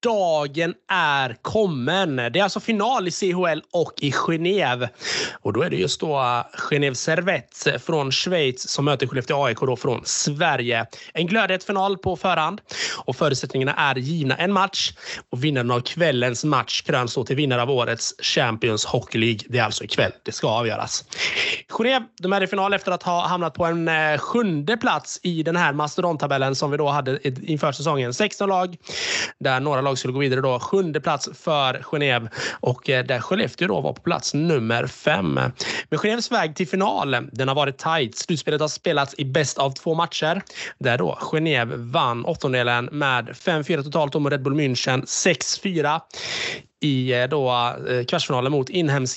dagen är kommen. Det är alltså final i CHL och i Genève. Och då är det just då Genève Servette från Schweiz som möter Skellefteå AIK då från Sverige. En glödhet final på förhand. Och förutsättningarna är givna en match. Och vinnaren av kvällens match kröns då till vinnare av årets Champions Hockey League. Det är alltså ikväll. Det ska avgöras. Genève, de är i final efter att ha hamnat på en 7:e plats i den här mastodonttabellen som vi då hade inför säsongen. 16 lag. Där några lag skulle gå vidare då. 7:e plats för Genève och där Skellefteå då var på plats nummer 5. Men Genèves väg till final, den har varit tight. Slutspelet har spelats i bäst av 2 matcher. Där då Genève vann åttondelen med 5-4 totalt mot Red Bull München. 6-4 i då kvartsfinalen mot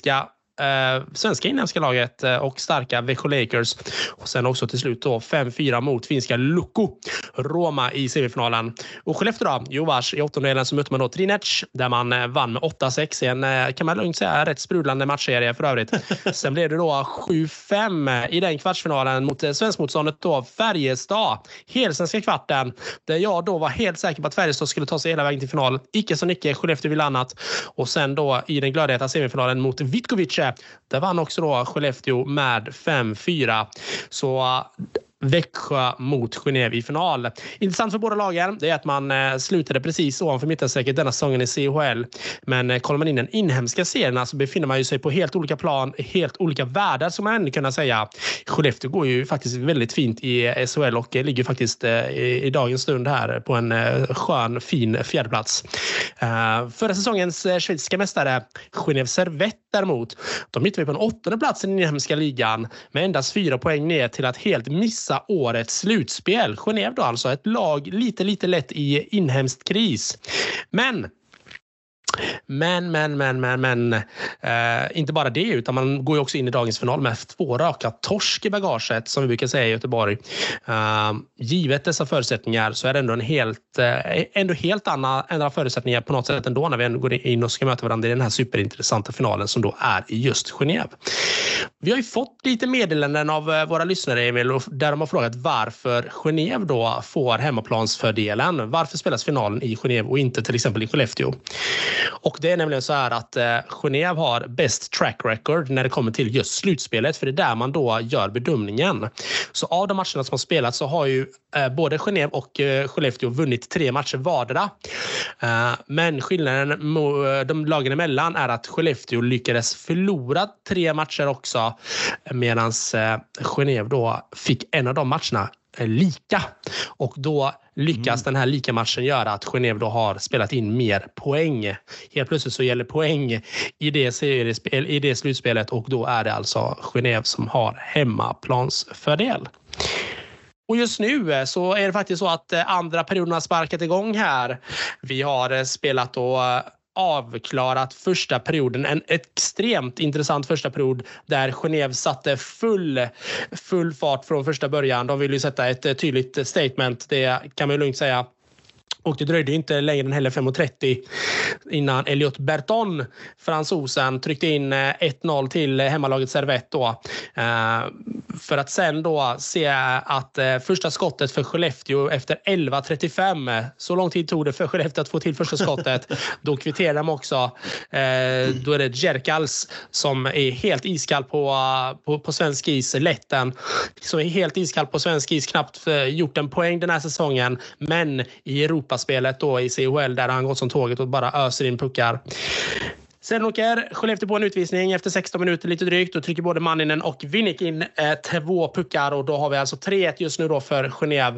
svenska inhemska laget och starka Växjö Lakers. Och sen också till slut då 5-4 mot finska Lukko Roma i semifinalen. Och Skellefteå då, Jovars i åttondelen så mötte man då Trinec där man vann med 8-6 i en, kan man lugnt säga, rätt sprudlande matchserie för övrigt. Sen blev det då 7-5 i den kvartsfinalen mot svenskmotståndet då Färjestad. Helsvenska kvarten där jag då var helt säker på att Färjestad skulle ta sig hela vägen till final. Icke så Nicke, Skellefteå vill annat. Och sen då i den glödheta semifinalen mot Vitkovice. Där vann också då Skellefteå med 5-4. Så Växjö mot Genève i final. Intressant för båda lagen det är att man slutade precis ovanför mittenstrecket denna säsongen i CHL. Men kollar man in den inhemska serierna så befinner man ju sig på helt olika plan, helt olika världar som man ändå kunna säga. Skellefteå går ju faktiskt väldigt fint i SHL och ligger faktiskt i dagens stund här på en skön, fin fjärdeplats. Förra säsongens schweiziska mästare Genève Servette däremot, de hittar vi på en 8:e plats i den inhemska ligan med endast 4 poäng ner till att helt missa årets slutspel. Genève då alltså ett lag lite lätt i inhemskt kris. Men inte bara det utan man går ju också in i dagens final med 2 raka torsk i bagaget som vi brukar säga i Göteborg. Givet dessa förutsättningar så är det ändå helt andra förutsättningar på något sätt ändå när vi ändå går in och ska möta varandra i den här superintressanta finalen som då är i just Genève. Vi har ju fått lite meddelanden av våra lyssnare Emil där de har frågat varför Genève då får hemmaplansfördelen. Varför spelas finalen i Genève och inte till exempel i Skellefteå? Och det är nämligen så här att Genève har best track record när det kommer till just slutspelet för det är där man då gör bedömningen. Så av de matcherna som har spelats så har ju både Genève och Skellefteå vunnit 3 matcher vardera. Men skillnaden de lagen emellan är att Skellefteå lyckades förlora 3 matcher också medan Genève då fick en av de matcherna lika. Och då lyckas den här lika matchen göra att Genève då har spelat in mer poäng. Helt plötsligt så gäller poäng i det slutspelet och då är det alltså Genève som har hemmaplansfördel. Och just nu så är det faktiskt så att andra perioden har sparkat igång här. Vi har spelat och avklarat första perioden. En extremt intressant första period där Genève satte full fart från första början. De vill ju sätta ett tydligt statement, det kan man ju lugnt säga. Och det dröjde inte längre än heller 5:30 innan Elliot Berton, fransosen, tryckte in 1-0 till hemmalaget Servette då. För att sen då se att första skottet för Skellefteå efter 11:35, så lång tid tog det för Skellefteå att få till första skottet. Då kvitterar de också. Då är det Jerkals som är helt iskall på svensk is. Letten som är helt iskall på svensk is, knappt gjort en poäng den här säsongen. Men i Europaspelet då i CHL där han gått som tåget och bara öser in puckar. Sen åker Skellefteå på en utvisning efter 16 minuter lite drygt och trycker både Manninen och Winnick in 2 puckar och då har vi alltså 3-1 just nu då för Genève.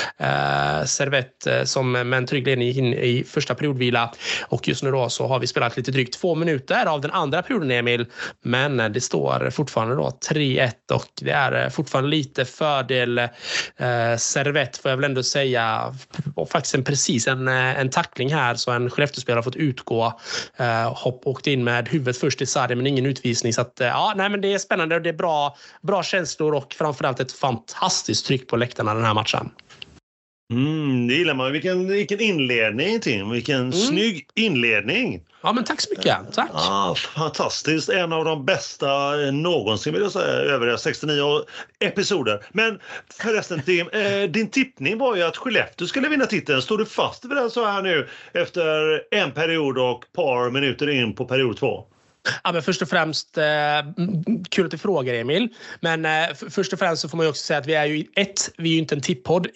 Servette som med en trygg ledning in i första periodvila och just nu då så har vi spelat lite drygt 2 minuter av den andra perioden Emil, men det står fortfarande då 3-1 och det är fortfarande lite fördel Servette får jag väl ändå säga, och faktiskt en tackling här så en Skellefteå-spelare har fått utgå åkte in med huvudet först i sargen men ingen utvisning så att men det är spännande och det är bra känslor och framförallt ett fantastiskt tryck på läktarna den här matchen. Det gillar man. Vilken inledning, Tim. Vilken snygg inledning. Ja, men tack så mycket. Tack. Ja, fantastiskt. En av de bästa någonsin vill jag säga, över 69 episoder. Men förresten, Tim, din tippning var ju att Skellefteå skulle vinna titeln. Står du fast vid den så här nu efter en period och par minuter in på period 2? Ja, men först och främst, kul att du frågar, Emil. Men först och främst så får man ju också säga att vi är ju inte en tippodd.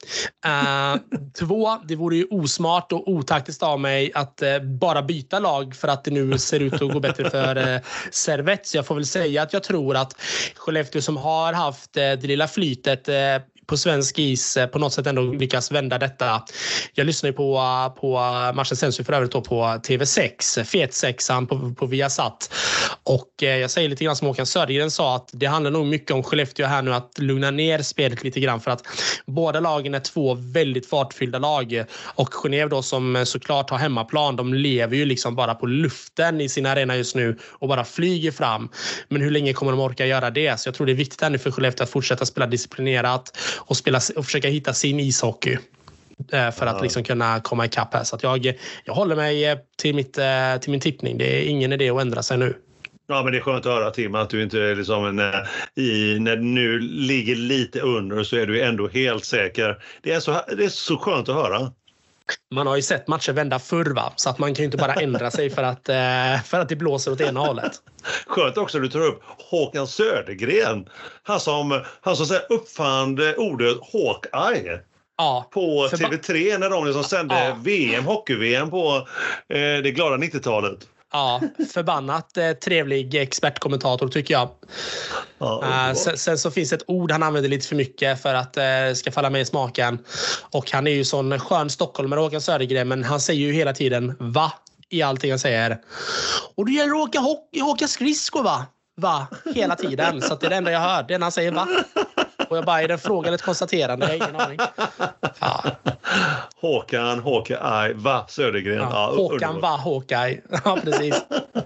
Två, det vore ju osmart och otaktiskt av mig att bara byta lag för att det nu ser ut att gå bättre för Servette. Så jag får väl säga att jag tror att Skellefteå, som har haft det lilla flytet på svensk is, på något sätt ändå lyckas vända detta. Jag lyssnar ju på matchen sen så för övrigt då på TV6, Fet-sexan på Viasat. Och jag säger lite grann som Håkan Södergren sa, att det handlar nog mycket om Skellefteå här nu att lugna ner spelet lite grann, för att båda lagen är två väldigt fartfyllda lag. Och Genève då, som såklart har hemmaplan, de lever ju liksom bara på luften i sin arena just nu och bara flyger fram. Men hur länge kommer de orka göra det? Så jag tror det är viktigt här nu för Skellefteå att fortsätta spela disciplinerat och försöka hitta sin ishockey för att liksom kunna komma ikapp här. Så att jag håller mig till min tippning. Det är ingen idé att ändra sig nu. Ja, men det är skönt att höra, Tim, att du inte är liksom när du nu ligger lite under så är du ändå helt säker. Det är så skönt att höra. Man har ju sett matcher vända förr, va? Så att man kan ju inte bara ändra sig för att det blåser åt ena hållet. Skönt också att du tar upp Håkan Södergren. Han som uppfann ordet Hawkeye. Ja, på TV3 när de liksom sände hockey-VM på det glada 90-talet. Ja, förbannat trevlig expertkommentator tycker jag. Ja, sen så finns ett ord han använder lite för mycket för att ska falla mig i smaken. Och han är ju sån skön stockholmare, Håkan Södergren, men han säger ju hela tiden va i allting han säger. Och det gäller att åka skridskor, va? Hela tiden. Så att det är det enda jag hör. Det är när han säger va. Och jag bara, är det en fråga eller ett konstaterande? Jag har ingen aning. Ja. Håkan, va, Södergren. Ja, Håkan, va, Håkaj. Ja, precis.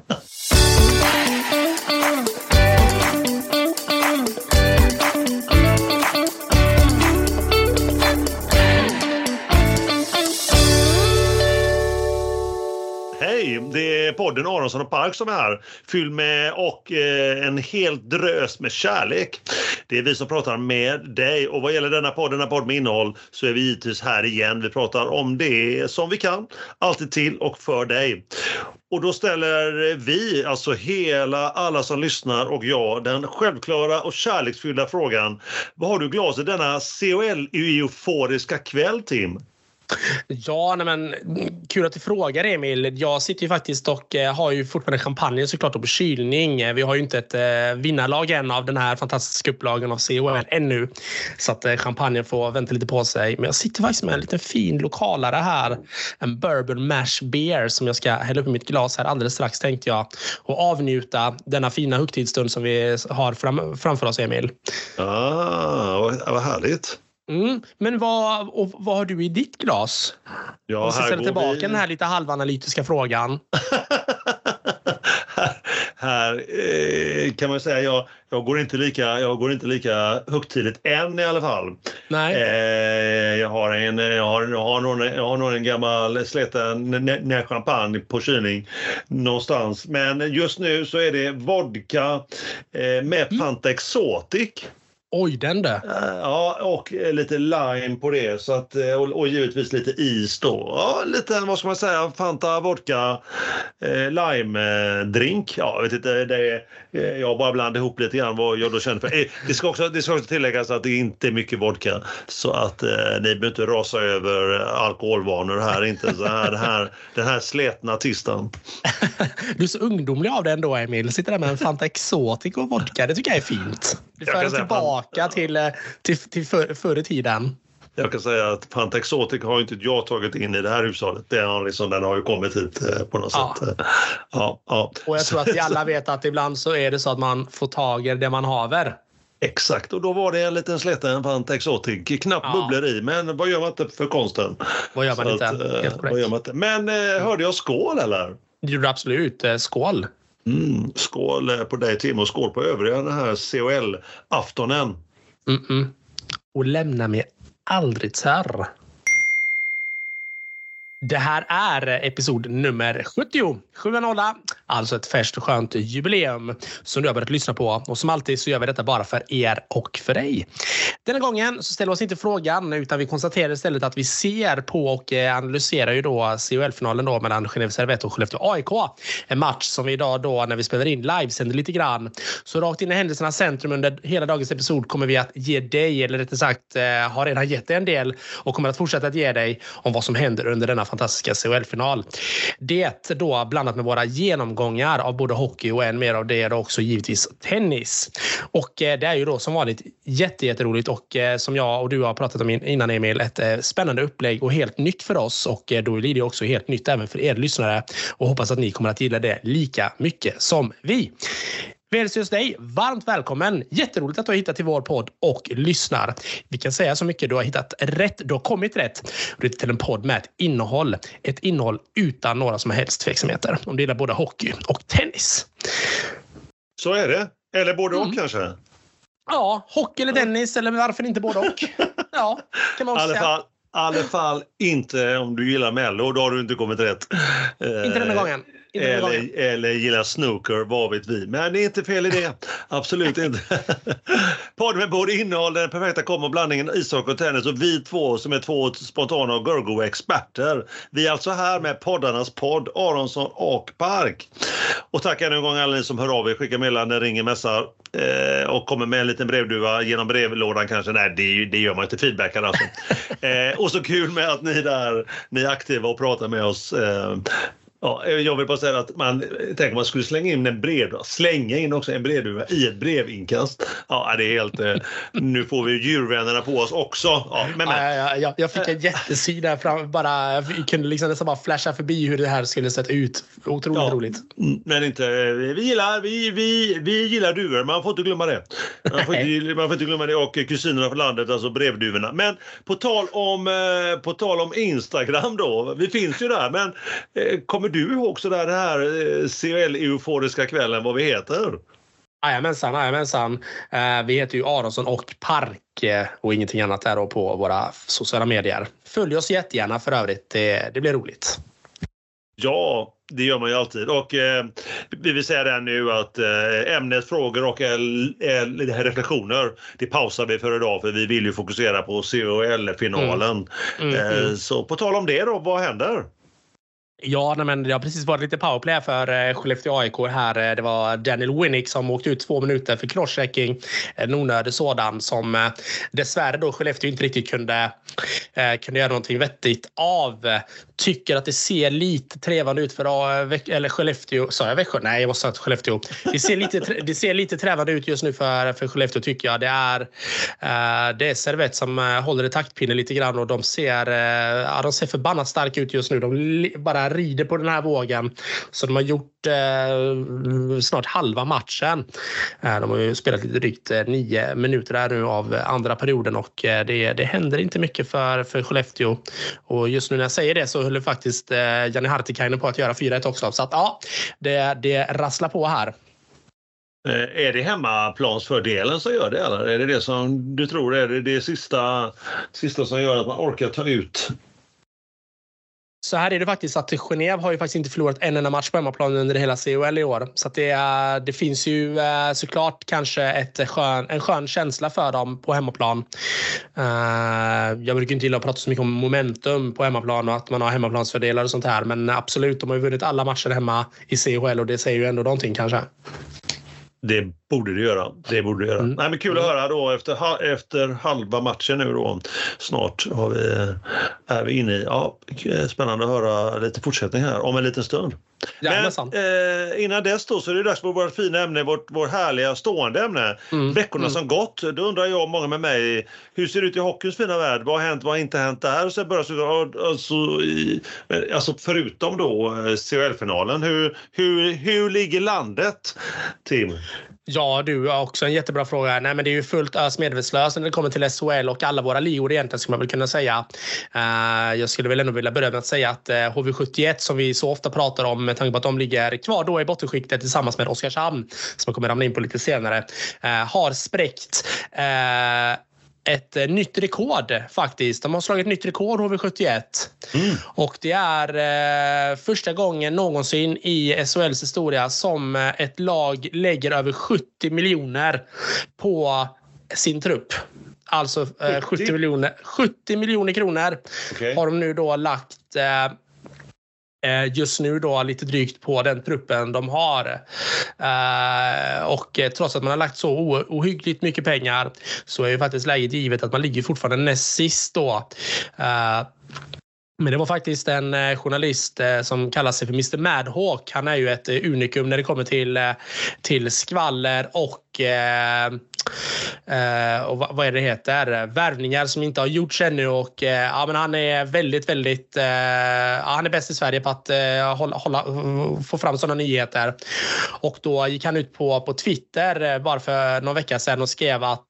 Hej, det är podden Aronsson och Park som är här. Fylld med och en hel drös med kärlek. Det är vi som pratar med dig. Och vad gäller denna podd med innehåll, så är vi givetvis här igen. Vi pratar om det som vi kan. Alltid till och för dig. Och då ställer vi, alltså alla som lyssnar och jag, den självklara och kärleksfyllda frågan. Vad har du glaset denna CHL-euforiska kväll, Tim? Ja, men kul att du frågar, Emil. Jag sitter ju faktiskt och har ju fortfarande champagne såklart och på kylning. Vi har ju inte ett vinnarlag än av den här fantastiska upplagen av CHL ännu. Så att champagne får vänta lite på sig. Men jag sitter faktiskt med en liten fin lokalare här. En bourbon mash beer som jag ska hälla upp i mitt glas här alldeles strax, tänkte jag. Och avnjuta denna fina högtidsstund som vi har framför oss, Emil. Vad härligt. Men vad har du i ditt glas? Ja, jag ska ställa tillbaka den här lite halvanalytiska frågan. här kan man säga jag går inte lika högtidligt än i alla fall. Nej. Jag har nog en gammal sleten champagne på kylning någonstans, men just nu så är det vodka med Fanta Exotic. Oj, den där. Ja, och lite lime på det, så att, och givetvis lite is då. Ja, lite, vad ska man säga, Fanta, vodka, lime drink. Ja, jag vet inte, jag bara blandar ihop lite grann vad jag då känner för. Det ska också tilläggas att det inte är mycket vodka, så att ni behöver inte rasa över alkoholvanor här, inte så här den här slätna tisdagen. Du är så ungdomlig av det ändå, Emil. Sitter där med en Fanta Exotic och vodka, det tycker jag är fint. Det för tillbaka till förr i tiden. Jag kan säga att Fanta Exotic har inte jag tagit in i det här hushållet. Den har ju kommit hit på något sätt. Ja. Och jag tror att vi alla vet att ibland så är det så att man får tag i det man haver. Exakt, och då var det en liten slätta Fanta Exotic. Knappt bubblor i, men vad gör man inte för konsten? Vad gör man inte? Vad gör man inte? Men hörde jag skål eller? Det gjorde absolut. Skål. Skål på dig, Tim, och skål på övriga den här CHL-aftonen. Och lämna mig aldrig, sär. Det här är episod nummer 70, 7-0, alltså ett färskt och skönt jubileum som du har börjat lyssna på. Och som alltid så gör vi detta bara för er och för dig. Denna gången så ställer vi oss inte frågan utan vi konstaterar istället att vi ser på och analyserar ju då CHL-finalen då mellan Genève Servette och Skellefteå AIK. En match som vi idag då när vi spelar in livesänder lite grann. Så rakt in i händelsernas centrum under hela dagens episod kommer vi att ge dig, eller rättare sagt har redan gett dig en del och kommer att fortsätta att ge dig om vad som händer under denna fantastiska CHL-final. Det då blandat med våra genomgångar av både hockey och än mer av det är också givetvis tennis. Och det är ju då som vanligt jätteroligt och som jag och du har pratat om innan Emil, ett spännande upplägg och helt nytt för oss och då blir det också helt nytt även för er lyssnare och hoppas att ni kommer att gilla det lika mycket som vi. Vi hälsar just dig varmt välkommen. Jätteroligt att du har hittat till vår podd och lyssnar. Vi kan säga så mycket, du har hittat rätt, du har kommit rätt. Du är till en podd med ett innehåll utan några som helst tveksamheter. Om det gillar både hockey och tennis. Så är det. Eller både och kanske. Ja, hockey eller tennis eller varför inte både och. Ja, kan man också säga. I alla fall inte om du gillar Mello, då har du inte kommit rätt. Inte denna gången. Eller gillar snooker, vad vet vi. Men det är inte fel i det. Absolut inte. Podden med både innehåll, den perfekta blandningen ishockey och tennis och vi två som är två spontana och Gorgo-experter. Vi är alltså här med poddarnas podd, Aronsson och Park. Och tack ännu en gång alla ni som hör av er, skickar meddelanden, ringer, mässar och kommer med en liten brevduva genom brevlådan kanske. Nej, det gör man inte, feedback alltså. Och så kul med att ni är aktiva och pratar med oss. Ja, jag vill bara säga att man tänker man skulle slänga in en brevduva i ett brevinkast. Ja, det är helt... nu får vi djurvännerna på oss också. Ja, men. Jag fick en jättesyn där fram. Jag kunde liksom nästan bara flasha förbi hur det här skulle sett ut. Otroligt roligt. Men inte... Vi gillar duvor. Man får inte glömma det. Man får inte glömma det. Och kusinerna för landet, alltså brevduvorna. Men på tal om Instagram då. Vi finns ju där, men kommer du ihåg så där den här CHL-euforiska kvällen vad vi heter? Jajamensan. Vi heter ju Aronsson och Park och ingenting annat där då på våra sociala medier. Följ oss jättegärna för övrigt, det blir roligt. Ja, det gör man ju alltid. Och vi vill säga det nu att ämnet, frågor och reflektioner, det pausar vi för idag för vi vill ju fokusera på CHL-finalen. Så på tal om det då, vad händer? Ja, men det har precis varit lite powerplay för Skellefteå AIK här. Det var Daniel Winnick som åkte ut 2 minuter för crosschecking. En onödig sådan som dessvärre då Skellefteå inte riktigt kunde göra någonting vettigt av. Tycker att det ser lite trevande ut för Skellefteå. Sa jag Växjö? Nej, jag måste säga Skellefteå. Det ser lite trevande ut just nu för Skellefteå tycker jag. Det är Servette som håller i taktpinnen lite grann och de ser förbannat starka ut just nu. De bara rider på den här vågen. Så de har gjort snart halva matchen. De har ju spelat lite drygt 9 minuter där nu av andra perioden och det händer inte mycket för Skellefteå. Och just nu när jag säger det så höll faktiskt Janne Hartikainen på att göra 4-1 också. Så att ja, det rasslar på här. Är det hemmaplansfördelen som gör det eller? Är det som du tror är det sista som gör att man orkar ta ut? Så här är det faktiskt att Genève har ju faktiskt inte förlorat en enda match på hemmaplan under hela CHL i år. Så att det finns ju såklart kanske en skön känsla för dem på hemmaplan. Jag brukar inte gilla att prata så mycket om momentum på hemmaplan och att man har hemmaplansfördelar och sånt här. Men absolut, de har ju vunnit alla matcher hemma i CHL och det säger ju ändå någonting kanske. Det borde det göra. Nej, men kul att höra då efter halva matchen nu då. Snart är vi inne i. Ja, spännande att höra lite fortsättning här om en liten stund. Men innan dess då så är det dags för vårt fina ämne, vår härliga stående ämne. Veckorna som gått. Då undrar jag och många med mig, hur ser det ut i hockeyns fina värld? Vad har hänt, vad har inte hänt där? Så alltså förutom då CHL-finalen, hur ligger landet, Tim? Ja, du har också en jättebra fråga. Nej, men det är ju fullt ös medvetslös när det kommer till SHL och alla våra ligor egentligen skulle man väl kunna säga. Jag skulle väl ändå vilja börja med att säga att HV71 som vi så ofta pratar om med tanke på att de ligger kvar då i bottenskiktet tillsammans med Oskarshamn som kommer ramla in på lite senare har spräckt ett nytt rekord faktiskt. De har slagit nytt rekord HV71. Och det är första gången någonsin i SHLs historia som ett lag lägger över 70 miljoner på sin trupp. Alltså 70 miljoner kronor har de nu då lagt just nu då lite drygt på den truppen de har. Och trots att man har lagt så ohyggligt mycket pengar så är ju faktiskt läget givet att man ligger fortfarande näst sist då. Men det var faktiskt en journalist som kallar sig för Mr. Madhawk. Han är ju ett unikum när det kommer till skvaller och vad är det heter? Värvningar som inte har gjorts ännu. Och men han är väldigt han är bäst i Sverige på att få fram sådana nyheter. Och då gick han ut på Twitter bara för någon vecka sedan och skrev att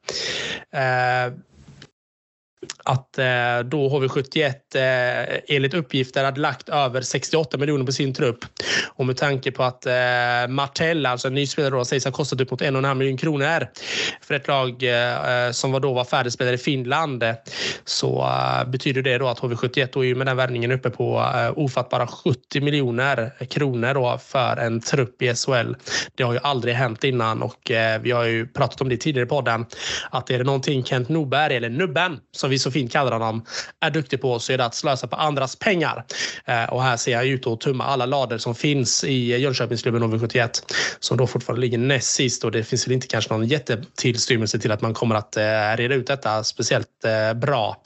då HV71 enligt uppgifter hade lagt över 68 miljoner på sin trupp. Och med tanke på att Martell, alltså en ny spelare då, sägs ha kostat upp mot 1,5 miljoner kronor för ett lag som var färdigspelare i Finland, så betyder det då att HV71 då är med den värvningen uppe på ofattbara 70 miljoner kronor då för en trupp i SHL. Det har ju aldrig hänt innan, och vi har ju pratat om det tidigare i podden, att är det någonting Kent Norberg, eller Nubben som vi så fint kallar honom, är duktig på, så är det att slösa på andras pengar. Och här ser jag ut att tumma alla lador som finns i Jönköpingsklubben HV71, som då fortfarande ligger näst sist, och det finns väl inte kanske någon jättetillstymmelse till att man kommer att reda ut detta speciellt bra.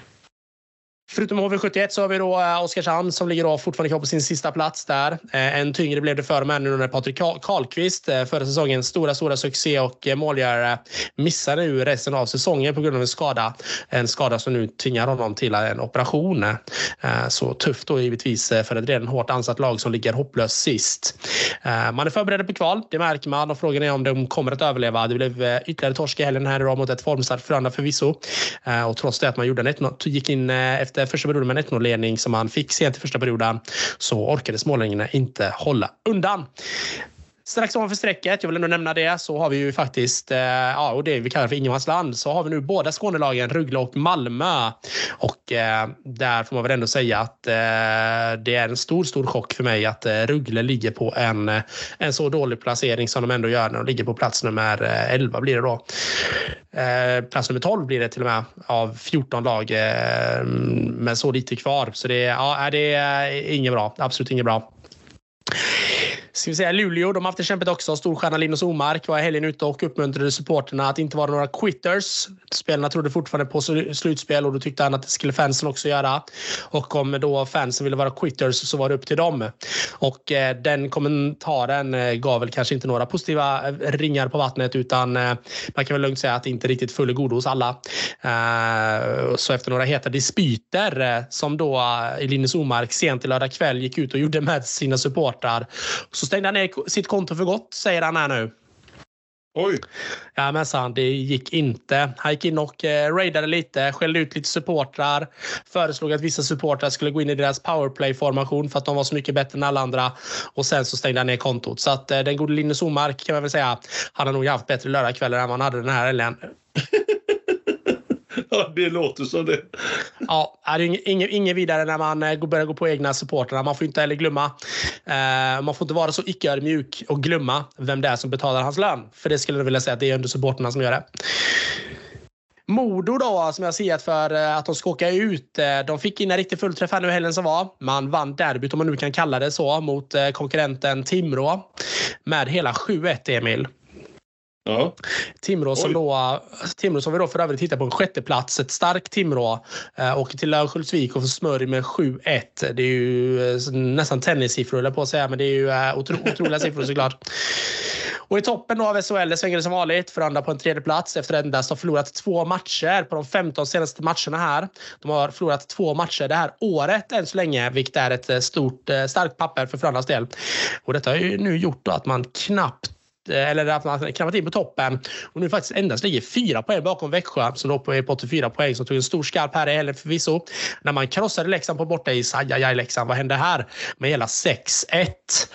Förutom HV71 så har vi då Oskarshamn som ligger då fortfarande kvar på sin sista plats där. En tyngre blev det för dem nu när Patrik Karlqvist, förra säsongen stora succé och målgörare, missar nu resten av säsongen på grund av en skada. En skada som nu tvingar honom till en operation. Så tufft då givetvis för ett redan hårt ansatt lag som ligger hopplöst sist. Man är förberedd på kval, det märker man, och frågan är om de kommer att överleva. Det blev ytterligare torsk i helgen här idag mot ett formstarkt Frölunda förvisso. Och trots det att man gjorde gick in efter första perioden med en 1-0-ledning som man fick sent i första perioden, så orkade smålänningarna inte hålla undan. Strax ovanför strecket, jag vill ändå nämna det, så har vi ju faktiskt, och det vi kallar för ingenmansland, så har vi nu båda Skånelagen, Rögle och Malmö. Och där får man väl ändå säga att det är en stor chock för mig att Rögle ligger på en så dålig placering som de ändå gör när de ligger på plats nummer 11 blir det då. Plats nummer 12 blir det till och med av 14 lag med så lite kvar. Så det är inget bra, absolut inget bra. Ska vi säga Luleå, de har haft det kämpet också. Storstjärna Linus Omark var helgen ute och uppmuntrade supporterna att inte vara några quitters. Spelarna trodde fortfarande på slutspel, och då tyckte han att det skulle fansen också göra. Och om då fansen ville vara quitters så var det upp till dem. Och den kommentaren gav väl kanske inte några positiva ringar på vattnet, utan man kan väl lugnt säga att det inte riktigt full god hos alla. Så efter några heta dispyter som då Linus Omark sent i lördag kväll gick ut och gjorde med sina supportrar, så stängde han ner sitt konto för gott, säger han här nu. Oj. Ja, men sant, det gick inte. Han gick in och raidade lite, skällde ut lite supportrar, föreslog att vissa supportrar skulle gå in i deras powerplay-formation för att de var så mycket bättre än alla andra, och sen så stängde han ner kontot. Så att den gode Linus Omark, kan man väl säga, han har nog haft bättre lördagskvällar än man hade den här helgen. Ja, det låter som det. Ja, det är inget vidare när man börjar gå på egna supporterna. Man får inte heller glömma. Man får inte vara så icke-ödmjuk och glömma vem det är som betalar hans lön. För det skulle jag vilja säga att det är under supporterna som gör det. Modo då, som jag ser för att de ska åka ut. De fick in en riktigt fullträff här nu helgen som var. Man vann derbyt, om man nu kan kalla det så, mot konkurrenten Timrå med hela 7-1, Emil. Ja. Timrå som vi då för övrigt tittar på en sjätte plats, ett starkt Timrå, åker till Örnsköldsvik och får smörj med 7-1. Det är ju nästan tennissiffror eller på att säga, men det är ju otroliga siffror såklart. Och i toppen då av SHL svänger det som vanligt, Frölunda på en tredje plats efter att endast ha förlorat 2 matcher på de 15 senaste matcherna här. De har förlorat 2 matcher det här året än så länge, vilket är ett starkt papper för Frölundas del. Och detta har ju nu gjort då att man knappt eller att man knappat in på toppen och nu faktiskt endast ligger 4 poäng bakom Växjö som då är på 84 poäng, som tog en stor skarp här i helgen förvisso när man krossade Leksand på bortais. Ajajaj Leksand, vad hände här? Med hela 6-1.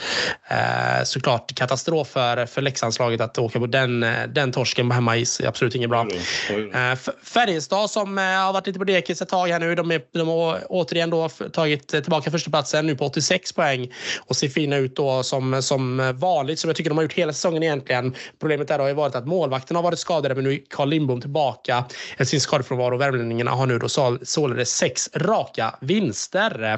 Såklart katastrof för Leksandslaget att åka på den torsken på hemmais. Absolut inget bra. Färjestad som har varit lite på dekis ett tag här nu, de har återigen då tagit tillbaka första platsen nu på 86 poäng och ser fina ut då som vanligt, som jag tycker de har gjort hela säsongen egentligen. Problemet där har ju varit att målvakten har varit skadade, men nu är Carl Lindbom tillbaka efter sin skadefrånvaro och värmlänningarna har nu då således 6 raka vinster.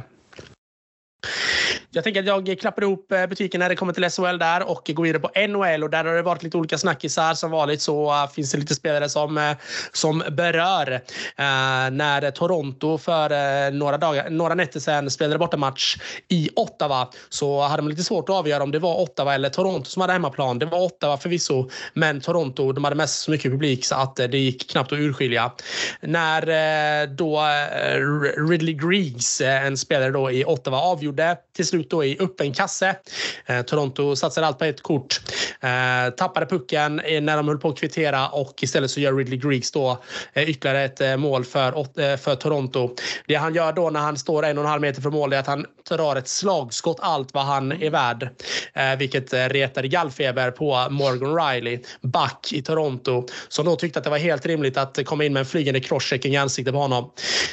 Jag tänker att jag klappar ihop butiken när det kommer till SHL där och går vidare på NHL, och där har det varit lite olika snackisar. Som vanligt så finns det lite spelare som berör. När Toronto för några nätter sedan spelade bortamatch i Ottawa, så hade man lite svårt att avgöra om det var Ottawa eller Toronto som hade hemmaplan. Det var Ottawa förvisso, men Toronto, de hade mest så mycket publik så att det gick knappt att urskilja. När då Ridley Griggs, en spelare då i Ottawa, avgjorde till slut då i öppen kasse. Toronto satsade allt på ett kort. Tappade pucken när de höll på att kvittera, och istället så gör Ridley Griggs då ytterligare ett mål för Toronto. Det han gör då när han står 1,5 meter från mål är att han drar ett slagskott allt vad han är värd. Vilket retade gallfeber på Morgan Riley, back i Toronto, som då tyckte att det var helt rimligt att komma in med en flygande crosscheck i ansiktet på honom.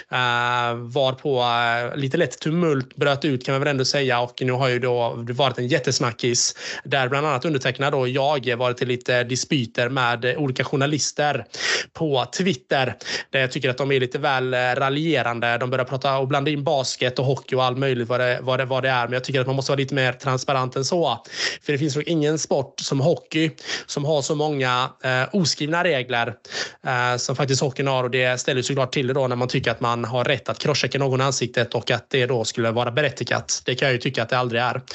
Var på lite lätt tumult bröt ut, kan man väl ändå säga, och nu har ju då varit en jättesnackis där bland annat undertecknad då jag varit till lite dispyter med olika journalister på Twitter, där jag tycker att de är lite väl raljerande. De börjar prata och blanda in basket och hockey och allt möjligt vad det är, men jag tycker att man måste vara lite mer transparent än så, för det finns nog ingen sport som hockey som har så många oskrivna regler som faktiskt hockeyn har, och det ställer såklart till det då när man tycker att man har rätt att crosschecka någon i ansiktet och att det då skulle vara berättigat. Det kan jag ju tycka att det aldrig är.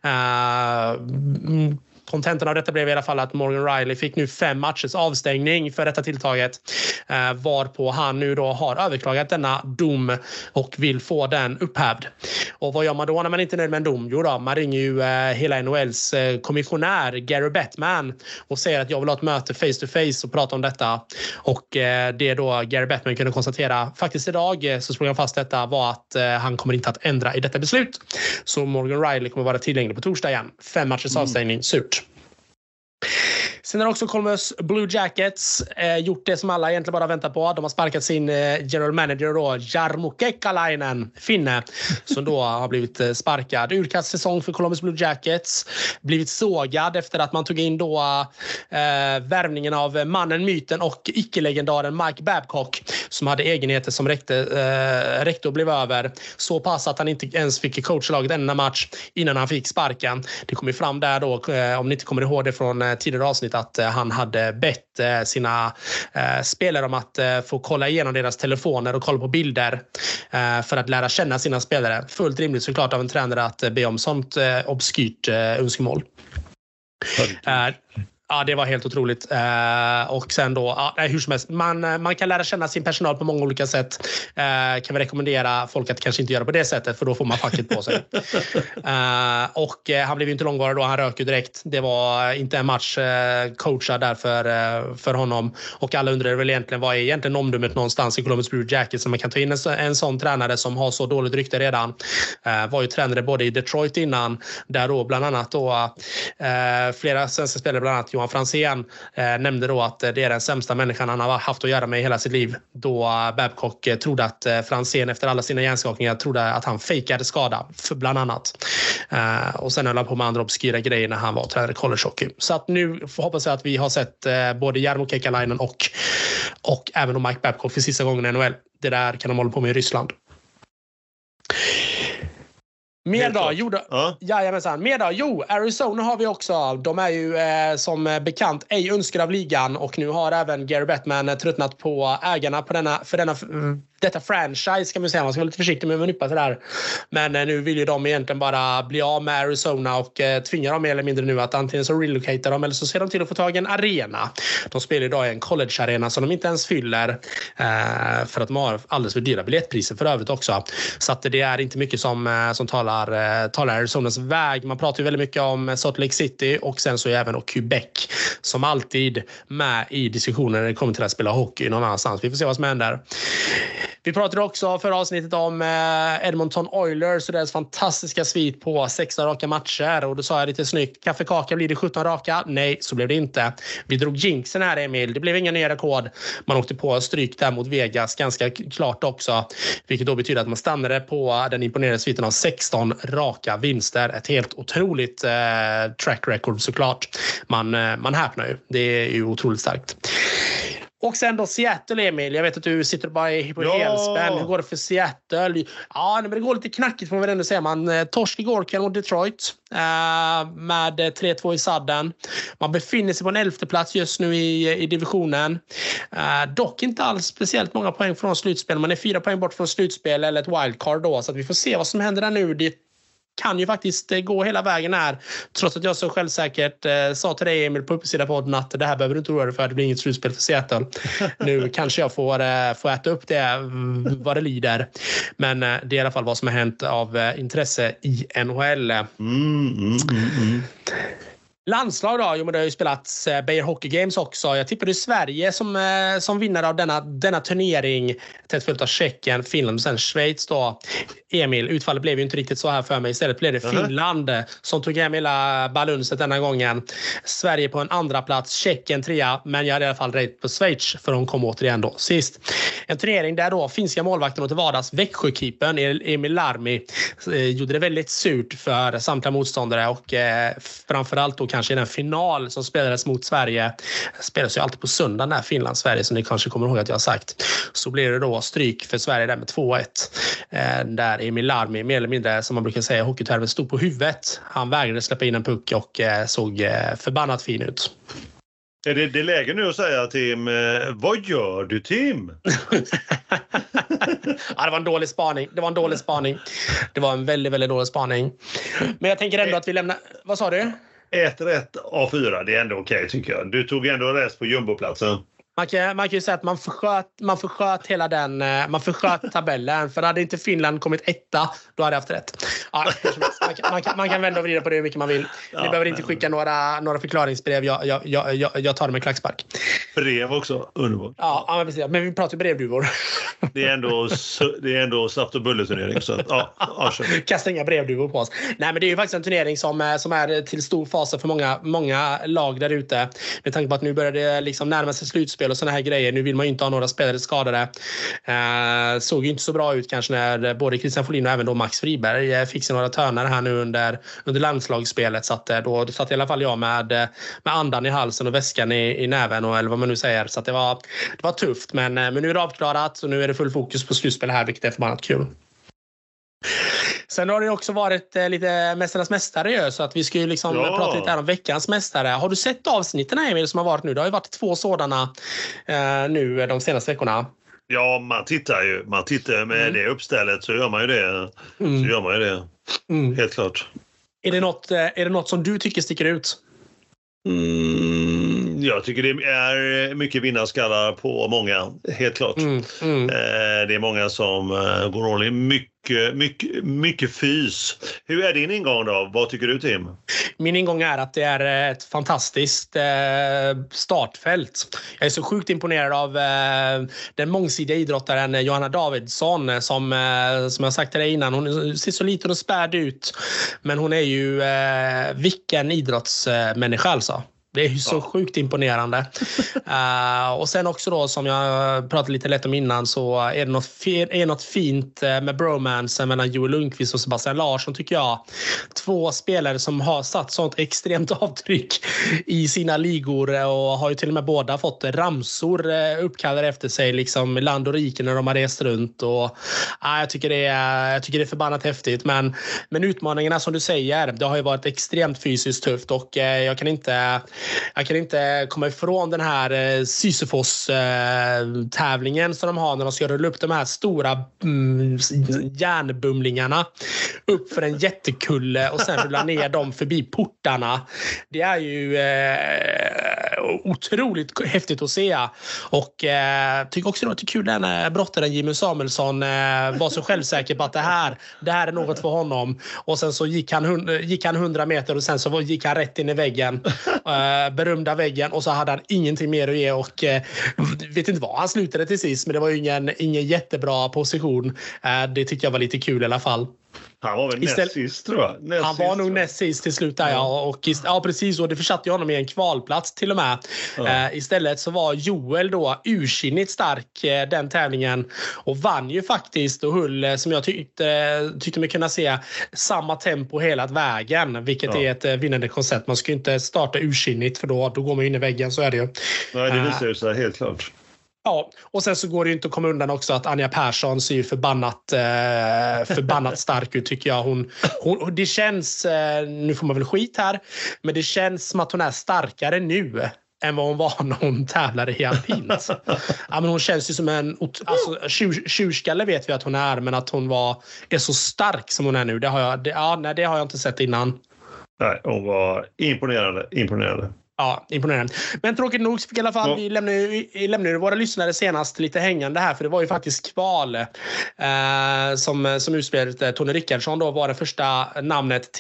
Kontentan av detta blev i alla fall att Morgan Riley fick nu 5 matchers avstängning för detta tilltaget. Varpå han nu då har överklagat denna dom och vill få den upphävd. Och vad gör man då när man inte är nöjd med en dom? Jo då, man ringer ju hela NHLs kommissionär Gary Bettman och säger att jag vill ha ett möte face to face och prata om detta. Och det då Gary Bettman kunde konstatera faktiskt idag, så slog han fast detta, var att han kommer inte att ändra i detta beslut. Så Morgan Riley kommer vara tillgänglig på torsdag igen. 5 matchers avstängning, surt. Sen har också Columbus Blue Jackets gjort det som alla egentligen bara väntar på. De har sparkat sin general manager då, Jarmo Kekäläinen, finne, som då har blivit sparkad. Urkast säsong för Columbus Blue Jackets. Blivit sågad efter att man tog in då värvningen av mannen, myten och icke-legendaren Mike Babcock, som hade egenheter som räckte och blev över. Så pass att han inte ens fick coachlaget en match innan han fick sparken. Det kom ju fram där då, om ni inte kommer ihåg det från tidigare avsnitt, att han hade bett sina spelare om att få kolla igenom deras telefoner och kolla på bilder för att lära känna sina spelare. Fullt rimligt såklart av en tränare att be om sånt obskyrt önskemål. Ja, det var helt otroligt. Och sen då, hur som helst, man kan lära känna sin personal på många olika sätt. Kan vi rekommendera folk att kanske inte göra på det sättet, för då får man facket på sig. Och han blev ju inte långvarig då, han rök ju direkt. Det var inte en match coachad där för honom. Och alla undrade väl egentligen, vad är egentligen omdömet någonstans i Columbus Blue Jackets, så man kan ta in en sån tränare som har så dåligt rykte redan. Var ju tränare både i Detroit innan, där då bland annat då flera svenska spelare, bland annat Johan Franzén, nämnde då att det är den sämsta människan han har haft att göra med i hela sitt liv, då Babcock trodde att Franzén efter alla sina hjärnskakningar trodde att han fejkade skada för bland annat. Och sen höll han på med andra obskyra grejer när han var tränare i college hockey. Så att nu hoppas jag att vi har sett både Jarmo Kekäläinen och även då Mike Babcock för sista gången i NHL. Det där kan de hålla på med i Ryssland. Mer då? Arizona har vi också. De är ju som bekant ej önskade av ligan, och nu har även Gary Bettman tröttnat på ägarna för detta franchise kan man säga. Man ska vara lite försiktig med att nypa sig där. Men nu vill ju de egentligen bara bli av med Arizona och tvinga dem mer eller mindre nu att antingen så relocatea dem eller så ser de till att få tag i en arena. De spelar idag i en college-arena som de inte ens fyller för att de har alldeles för dyra biljettpriser för övrigt också. Så att det är inte mycket som talar Arizonas väg. Man pratar ju väldigt mycket om Salt Lake City och sen så är även Quebec som alltid med i diskussioner när det kommer till att spela hockey någon annanstans. Vi får se vad som händer. Vi pratade också förra avsnittet om Edmonton Oilers och deras fantastiska svit på 16 raka matcher. Och då sa jag lite snyggt, kaffekaka, blir det 17 raka? Nej, så blev det inte. Vi drog jinxen här, Emil. Det blev inga nya rekord. Man åkte på stryk där mot Vegas ganska klart också. Vilket då betyder att man stannade på den imponerande sviten av 16 raka vinster. Ett helt otroligt track record såklart. Man häpnar ju. Det är ju otroligt starkt. Och sen då Seattle, Emil. Jag vet att du sitter bara på helspänn. Hur går det för Seattle? Ja, men det går lite knackigt får man väl ändå säga. Man torsk igår mot Detroit med 3-2 i sadden. Man befinner sig på en 11:e plats just nu i divisionen. Dock inte alls speciellt många poäng från slutspel. Man är 4 poäng bort från slutspel eller ett wildcard då. Så att vi får se vad som händer där nu. Det kan ju faktiskt gå hela vägen här. Trots att jag så självsäkert sa till dig, Emil, på uppsida-podden att det här behöver du inte oroa dig för. Det blir inget slutspel för Seattle. Nu kanske jag får äta upp det vad det lider. Men det är i alla fall vad som har hänt av intresse i NHL. Landslag då, jo men det har ju spelats Beijer Hockey Games också. Jag tippade Sverige som vinnare av denna turnering. Tätt följt av Tjeckien, Finland och sen Schweiz då. Emil, utfallet blev ju inte riktigt så här för mig. Istället blev det Finland som tog hem hela balunset denna gången. Sverige på en andra plats, Tjeckien 3, men jag hade i alla fall rätt på Schweiz för de kom återigen då sist. En turnering där då finska målvakten och till vardags Växjökeepern Emil Larmi gjorde det väldigt surt för samtliga motståndare och framförallt då kanske i den final som spelades mot Sverige. Spelas ju alltid på söndag när Finland-Sverige som ni kanske kommer ihåg att jag har sagt. Så blir det då stryk för Sverige där med 2-1. Där Emil Larmi mer eller mindre som man brukar säga i hockeytermer stod på huvudet. Han vägrade släppa in en puck och såg förbannat fin ut. Är det läge nu att säga Tim, vad gör du Tim? Ja, det var en dålig spaning. Det var en väldigt, väldigt dålig spaning. Men jag tänker ändå att vi lämnar... Vad sa du? 1 rätt av 4, det är ändå okej tycker jag. Du tog ändå rest på jumboplatsen. Man kan ju säga att man försköt hela den, man försköt tabellen. För hade inte Finland kommit 1, då hade jag haft rätt. Ja, man kan vända och vrida på det hur mycket man vill. Ni behöver inte skicka några förklaringsbrev. Jag tar det med klackspark. Brev också, underbart. Ja, men precis. Men vi pratar ju brevduvor. Det är ändå saft- och bulleturnering. Så Kasta inga brevduvor på oss. Nej, men det är ju faktiskt en turnering som är till stor fas för många lag där ute. Med tanke på att nu börjar det liksom närma sig slutspel och såna här grejer. Nu vill man ju inte ha några spelare skadade. Såg ju inte så bra ut kanske när både Christian Folin och även då Max Friberg fick sig några törnar här nu under landslagsspelet. Så att då satt i alla fall jag med andan i halsen och väskan i näven och, eller vad man nu säger. Så att det var tufft. Men nu är det avklarat och nu är det full fokus på slutspel här, vilket är förbannat kul. Sen har det också varit lite Mästarnas mästare, så att vi ska ju liksom prata lite här om veckans mästare. Har du sett avsnitten här, Emil, som har varit nu? Det har ju varit 2 sådana nu de senaste veckorna. Ja, man tittar med det uppstället så gör man ju det. Helt klart. Är det något som du tycker sticker ut? Jag tycker det är mycket vinnarskallar på många, helt klart. Det är många som går all in. Mycket fys. Hur är din ingång då? Vad tycker du, Tim? Min ingång är att det är ett fantastiskt startfält. Jag är så sjukt imponerad av den mångsidiga idrottaren Johanna Davidsson som jag sagt till dig innan. Hon ser så liten och späd ut, men hon är ju vilken idrottsmänniska alltså. Det är ju så sjukt imponerande. Och sen också då, som jag pratade lite lätt om innan, så är det något fint med bromance mellan Joel Lundqvist och Sebastian Larsson, tycker jag. 2 spelare som har satt sånt extremt avtryck i sina ligor och har ju till och med båda fått ramsor uppkallade efter sig liksom land och rike när de har rest runt. Och jag tycker det är förbannat häftigt. Men utmaningarna som du säger, det har ju varit extremt fysiskt tufft och jag kan inte komma ifrån den här Sisyfos-tävlingen som de har när de ska rulla upp de här stora järnbumlingarna upp för en jättekulle och sen rulla ner dem förbi portarna. Det är ju otroligt häftigt att se. Och tycker också det var kul när brottaren Jimmy Samuelsson var så självsäker på att det här är något för honom. Och sen så gick han 100 meter och sen så gick han rätt in i väggen. Berömda väggen, och så hade han ingenting mer att ge och vet inte vad han slutade till sist, men det var ju ingen jättebra position. Det tycker jag var lite kul i alla fall. Han var väl näst sist, tror jag. Han var nog näst sist till slut där, ja, precis. Och det försatte honom i en kvalplats till och med. Istället så var Joel då ursinnigt stark den tävlingen och vann ju faktiskt och höll, som jag tyckte mig kunna se, samma tempo hela vägen, vilket är ett vinnande koncept. Man ska ju inte starta ursinnigt, för då går man in i väggen, så är det ju. Nej, det visar ju sig helt klart. Ja, och sen så går det ju inte att komma undan också att Anja Persson ser ju förbannat stark ut, tycker jag. Hon, det känns, nu får man väl skit här, men det känns som att hon är starkare nu än vad hon var när hon tävlade i alpint. Ja, men hon känns ju som en tjurskalle, vet vi att hon är, men att hon är så stark som hon är nu, det har jag inte sett innan. Nej, hon var imponerande. Ja, imponerande. Men tråkigt nog fick i alla fall vi lämnade våra lyssnare senast lite hängande här, för det var ju faktiskt kval som utspelade. Tony Rickardsson då var det första namnet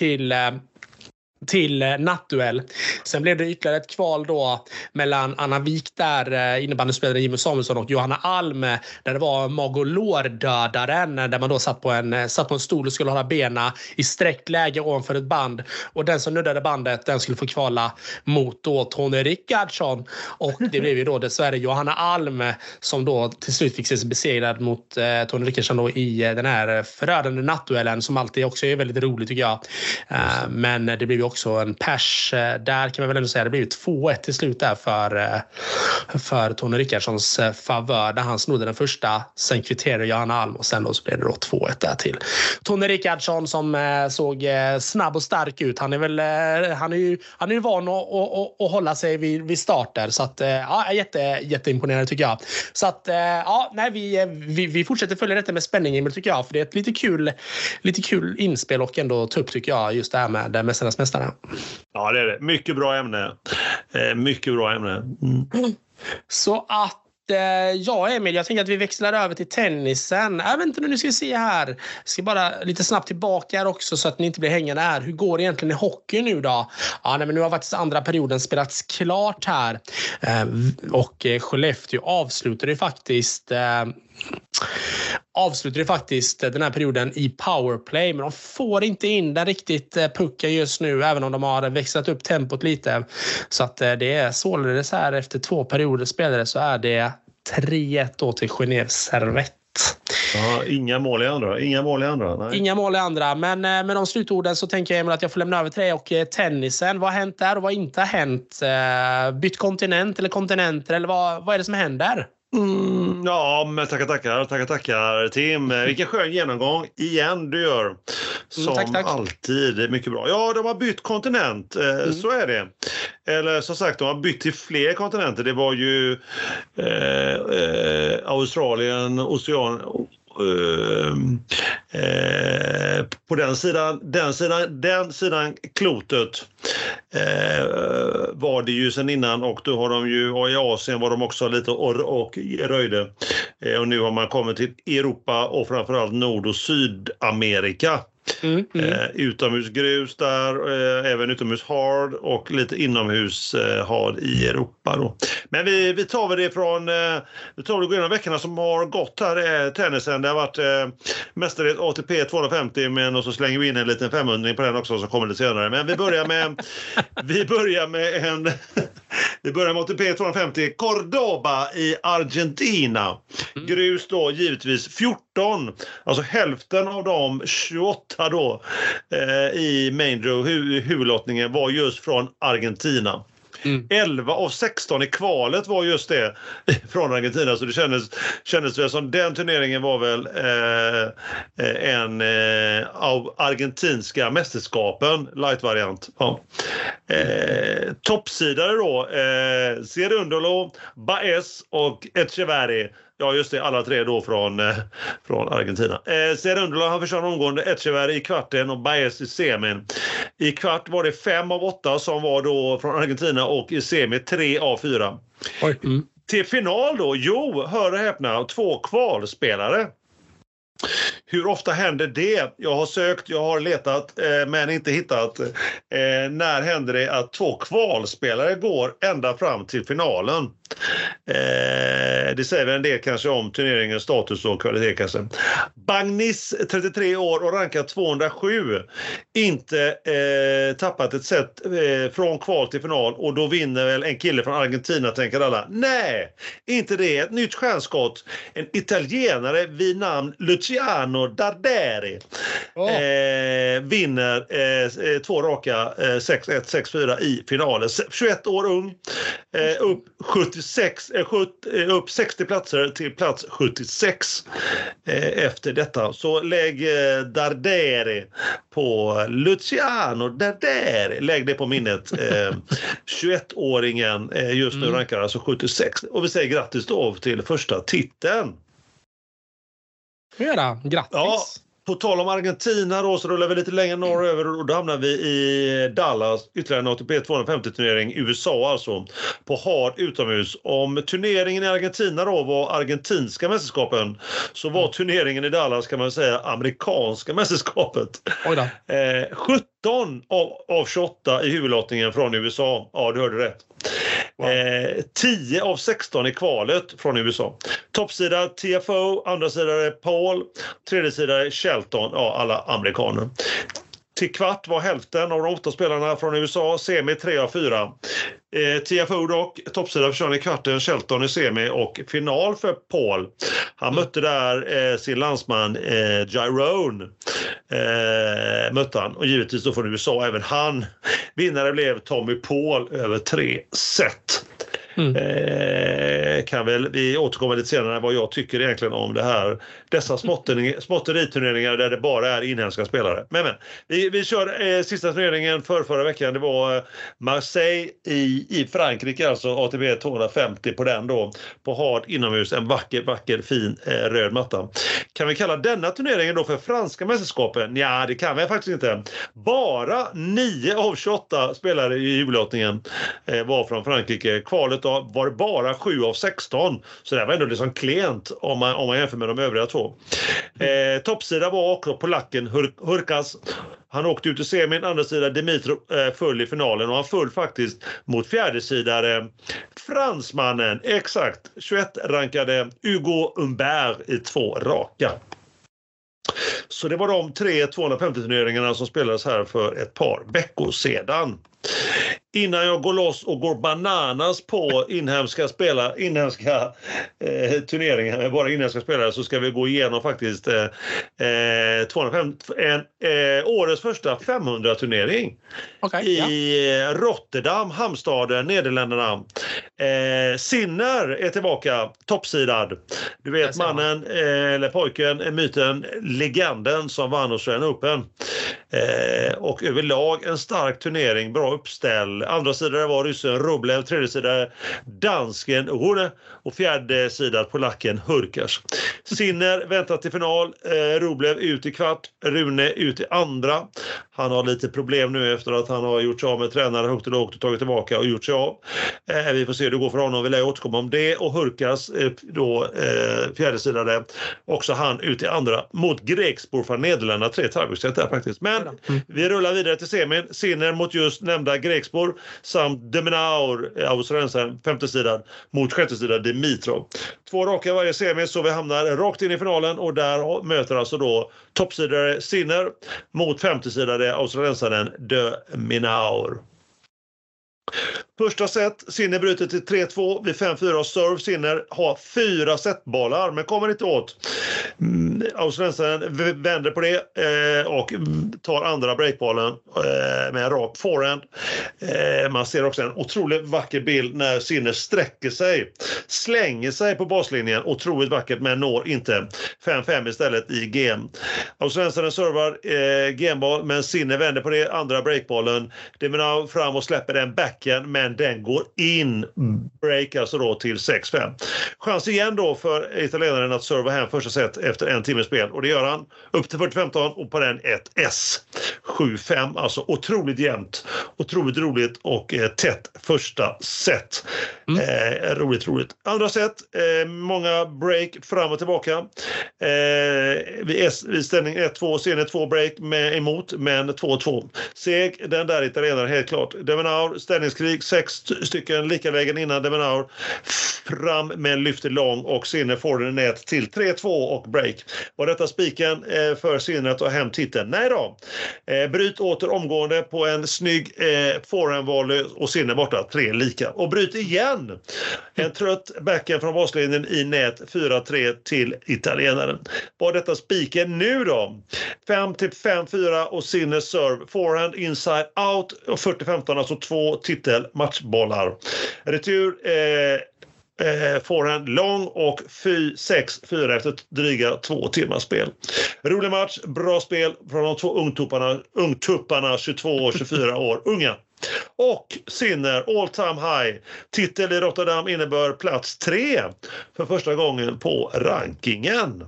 till nattduell. Sen blev det ytterligare ett kval då mellan Anna Wik där, innebandyspelaren Jimmy Samuelsson, och Johanna Alm, där det var magolårdödaren, där man då satt på en stol och skulle hålla bena i sträckt läge ovanför ett band, och den som nuddade bandet, den skulle få kvala mot då Tony Rickardsson, och det blev ju då dessvärre Johanna Alm som då till slut fick sig besegrad mot Tony Rickardsson då i den här förödande nattduellen, som alltid också är väldigt rolig, tycker jag. Men det blev ju också en pers där, kan man väl ändå säga. Det blev 2-1 till slut där för Tony Rickardssons favör, där han snodde den första, sen kvitterade Johanna Alm, och sen då så blev det då 2-1 där till Tony Rickardsson, som såg snabb och stark ut. Han är ju van att hålla sig vid starter, så att jätteimponerande, tycker jag. Så att vi fortsätter följa detta med spänning, Emil, tycker jag, för det är ett lite kul inspel och ändå ta upp, tycker jag, just det här med Mästarnas mästare. Ja, det är det. Mycket bra ämne. Så att Emil, jag tänker att vi växlar över till tennisen. Vänta nu ska vi se här. Jag ska bara lite snabbt tillbaka här också, så att ni inte blir hängande här. Hur går det egentligen i hockey nu då? Men nu har faktiskt andra perioden spelats klart här. Och Skellefteå avslutade faktiskt den här perioden i powerplay, men de får inte in den riktigt pucken just nu, även om de har växlat upp tempot lite. Så att det är således här, efter 2 perioder spelare, så är det 3-1 då till Genève Servette. Ja, inga mål i andra. Nej. Inga mål i andra, men med de slutorden så tänker jag att jag får lämna över till dig och tennisen. Vad har hänt där och vad inte har hänt? Bytt kontinent eller kontinenter, eller vad är det som händer? Ja, men tackar Tim. Vilken skön genomgång igen du gör. Som tack. alltid, mycket bra. Ja, de har bytt kontinent, så är det. Eller som sagt, de har bytt till fler kontinenter. Det var ju Australien, Ocean, på den sidan klotet var det ju sen innan, och då har de ju, och i Asien var de också lite och röjde, och nu har man kommit till Europa och framförallt Nord- och Sydamerika. Utomhusgrus där, även utomhus hard och lite inomhus hard i Europa då. Men vi tar väl det från genom veckorna som har gått här, tennisen. Det har varit mästerhet ATP 250, men och så slänger vi in en liten 500 på den också, så kommer det senare. Men vi börjar med ATP 250 Cordoba i Argentina. Grus då givetvis 14, alltså hälften av de 28 då i main draw, huvudlottningen, var just från Argentina. 11 av 16 i kvalet var just det från Argentina, så det kändes väl som den turneringen var väl en av argentinska mästerskapen, light-variant. Ja. Toppsidare då, Cerúndolo, Baez och Echeverri. Ja, just det, alla tre då från Argentina. Cerúndolo, han försvann omgående, Echeverri i kvarten och Baez i semin. I kvart var det 5 av 8 som var då från Argentina och i semi 3 av 4. Oj. Till final då, hör och häpna, 2 kvalspelare. Hur ofta händer det? Jag har sökt, jag har letat men inte hittat. När händer det att 2 kvalspelare går ända fram till finalen? Det säger väl en del kanske om turneringens status och kvalitet kanske. Bagnis, 33 år och rankad 207. Inte tappat ett set från kval till final, och då vinner väl en kille från Argentina, tänker alla. Nej, inte det. Ett nytt stjärnskott. En italienare vid namn Luciano Darderi vinner 2 raka 6-1, 6-4 i finalen. 21 år ung, upp 60 platser till plats 76 efter detta. Så lägg Darderi på Luciano Darderi. Lägg det på minnet. 21-åringen just nu rankar alltså 76. Och vi säger grattis då till första titeln. Grattis! Ja. På tal om Argentina då, så rullar vi lite längre norröver och då hamnar vi i Dallas, ytterligare en ATP 250-turnering, USA alltså, på hard utomhus. Om turneringen i Argentina då var argentinska mästerskapen, så var turneringen i Dallas, kan man säga, amerikanska mästerskapet. Oj då. 17 av 28 i huvudlottningen från USA. Ja, du hörde rätt. Wow. 10 av 16 i kvalet från USA. Toppsida TFO, andra sida Paul, tredje sida Shelton, ja, alla amerikaner. Till kvart var hälften av de 8 spelarna från USA, semi 3 av 4. TFO dock, toppsida försvann i kvarten, Shelton i semi och final för Paul. Han mötte där sin landsman Gyrone. Mötte han, och givetvis då från USA även han. Vinnare blev Tommy Paul över 3 set. Kan väl vi återkomma lite senare vad jag tycker egentligen om det här, dessa småtteriturneringar där det bara är inhemska spelare. Men vi kör sista turneringen förra veckan. Det var Marseille i Frankrike, alltså ATP 250 på den då, på hard inomhus, en vacker fin röd matta. Kan vi kalla denna turneringen då för franska mästerskapen? Ja, det kan vi faktiskt inte. Bara 9 av 28 spelare i huvudlottningen var från Frankrike. Kvalet då var det bara 7 av 16. Så det var ändå liksom klent om man jämför med de övriga 2. Toppsida var också polacken Hurkas. Han åkte ut i semin, andra sida Dimitrov full i finalen, och han full faktiskt mot fjärdesidare fransmannen, exakt 21-rankade Hugo Humbert i 2 raka. Så det var de 3 250-turneringarna som spelades här för ett par veckor sedan. Innan jag går loss och går bananas på inhemska turneringar med bara inhemska spelare, så ska vi gå igenom faktiskt 250, årets första 500-turnering i Rotterdam, hamnstaden, Nederländerna. Sinner är tillbaka, toppsidad. Du vet mannen, eller pojken, myten, legenden som vann Australian Open. Och överlag en stark turnering, bra uppställ. Andra sidan var ryssen Rublev, tredje sidan dansken Rune och fjärde sidan polacken Hurkas. Sinner väntar till final, Rublev ut i kvart, Rune ut i andra. Han har lite problem nu efter att han har gjort sig av med tränare högt och lågt och tagit tillbaka och gjort sig av. Vi får se hur det går för honom, vill jag återkomma om det. Och Hurkas då fjärde sidan, också han ut i andra mot Greksbor från Nederländerna, 3 targosset där faktiskt. Men vi rullar vidare till semin. Sinner mot just nämnda Greksbor samt De Minaur, australiensaren, femte sidan mot sjätte sidan Dimitrov. 2 raka varje semi, så vi hamnar rakt in i finalen, och där möter alltså då toppsidare Sinner mot femte sidan australiensaren De Minaur. Första set, Sinner bryter till 3-2 vid 5-4 och serve. Sinner har 4 setbollar men kommer inte åt. Australiensaren vänder på det och tar andra breakbollen med en rak forehand. Man ser också en otroligt vacker bild när Sinner sträcker sig, slänger sig på baslinjen. Otroligt vackert men når inte 5-5 istället i game. Australiensaren servar gameboll men Sinner vänder på det, andra breakbollen. De Minaur fram och släpper den backen men den går in. Break alltså då till 6-5. Chans igen då för italienaren att serva hem första set efter en timmes spel och det gör han upp till 40-15 och på den ett S. 7-5, alltså otroligt jämnt, otroligt roligt och tätt första set. Roligt. Andra set, många break fram och tillbaka. Vid ställning 1-2, senare 2 break med emot, men 2-2. Seg, den där italienaren helt klart. De Minaur, ställningskrig, 6 stycken likavägen innan De Minaur fram med lyfter lång och Sinner får den nät till 3-2 och break. Var detta spiken för Sinner att ta hem titeln? Nej då. Bryt åter omgående på en snygg forehandvolley och Sinner borta, 3 lika. Och bryt igen. En trött backhand från baslinjen i nät, 4-3 till italienaren. Var detta spiken nu då? 5-5-4 och Sinner serve. Forehand inside out och 40-15, alltså 2 titelmatchbollar. Retur forehand lång och 6-4 efter dryga 2 timmars spel. Rolig match, bra spel från de 2 ungtupparna 22 och 24 år, unga. Och Sinner all time high. Titel i Rotterdam innebär plats 3 för första gången på rankingen.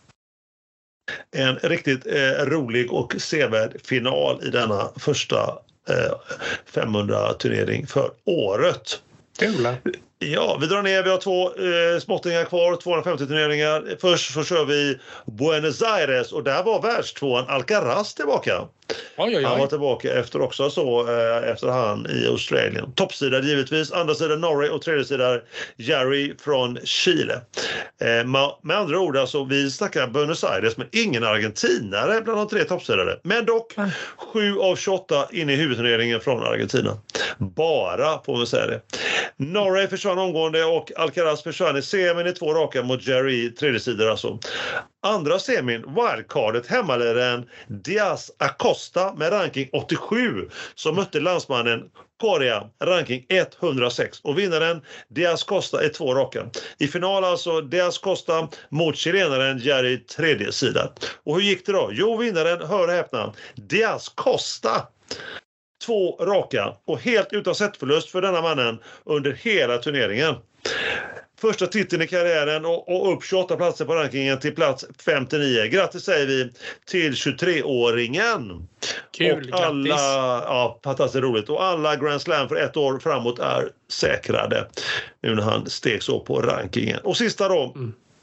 En riktigt rolig och sevärd final i denna första 500-turnering för året. Ja, vi drar ner. Vi har 2 småttingar kvar, 250 turneringar. Först så kör vi Buenos Aires och där var världstvåan Alcaraz tillbaka. Oj. Han var tillbaka efter han i Australien. Toppsida givetvis, andra sidan Norrie och tredje sidan Jerry från Chile. Med andra ord, alltså, vi snackar Buenos Aires men ingen argentinare bland de 3 toppsidare. Men dock 7 av 28 in i huvudturneringen från Argentina. Bara på att säga det. Norrie försvann omgående och Alcaraz försvann i semin i 2 raka mot Jerry, tredje sidan alltså. Andra semin, wildcardet, hemmaläraren Diaz Acosta med ranking 87 som mötte landsmannen Coria, ranking 106 och vinnaren Diaz Costa är 2 raka. I final alltså Diaz Costa mot chilenaren Jerry, tredje sidan. Och hur gick det då? Jo, vinnaren, hör och häpna, Diaz Costa. 2 raka och helt utan setförlust för denna mannen under hela turneringen. Första titeln i karriären och upp 28 platser på rankingen till plats 59. Grattis säger vi till 23-åringen. Kul, och alla, grattis. ja, fantastiskt roligt. Och alla Grand Slam för 1 år framåt är säkrade. Nu när han steg så på rankingen. Och sista då.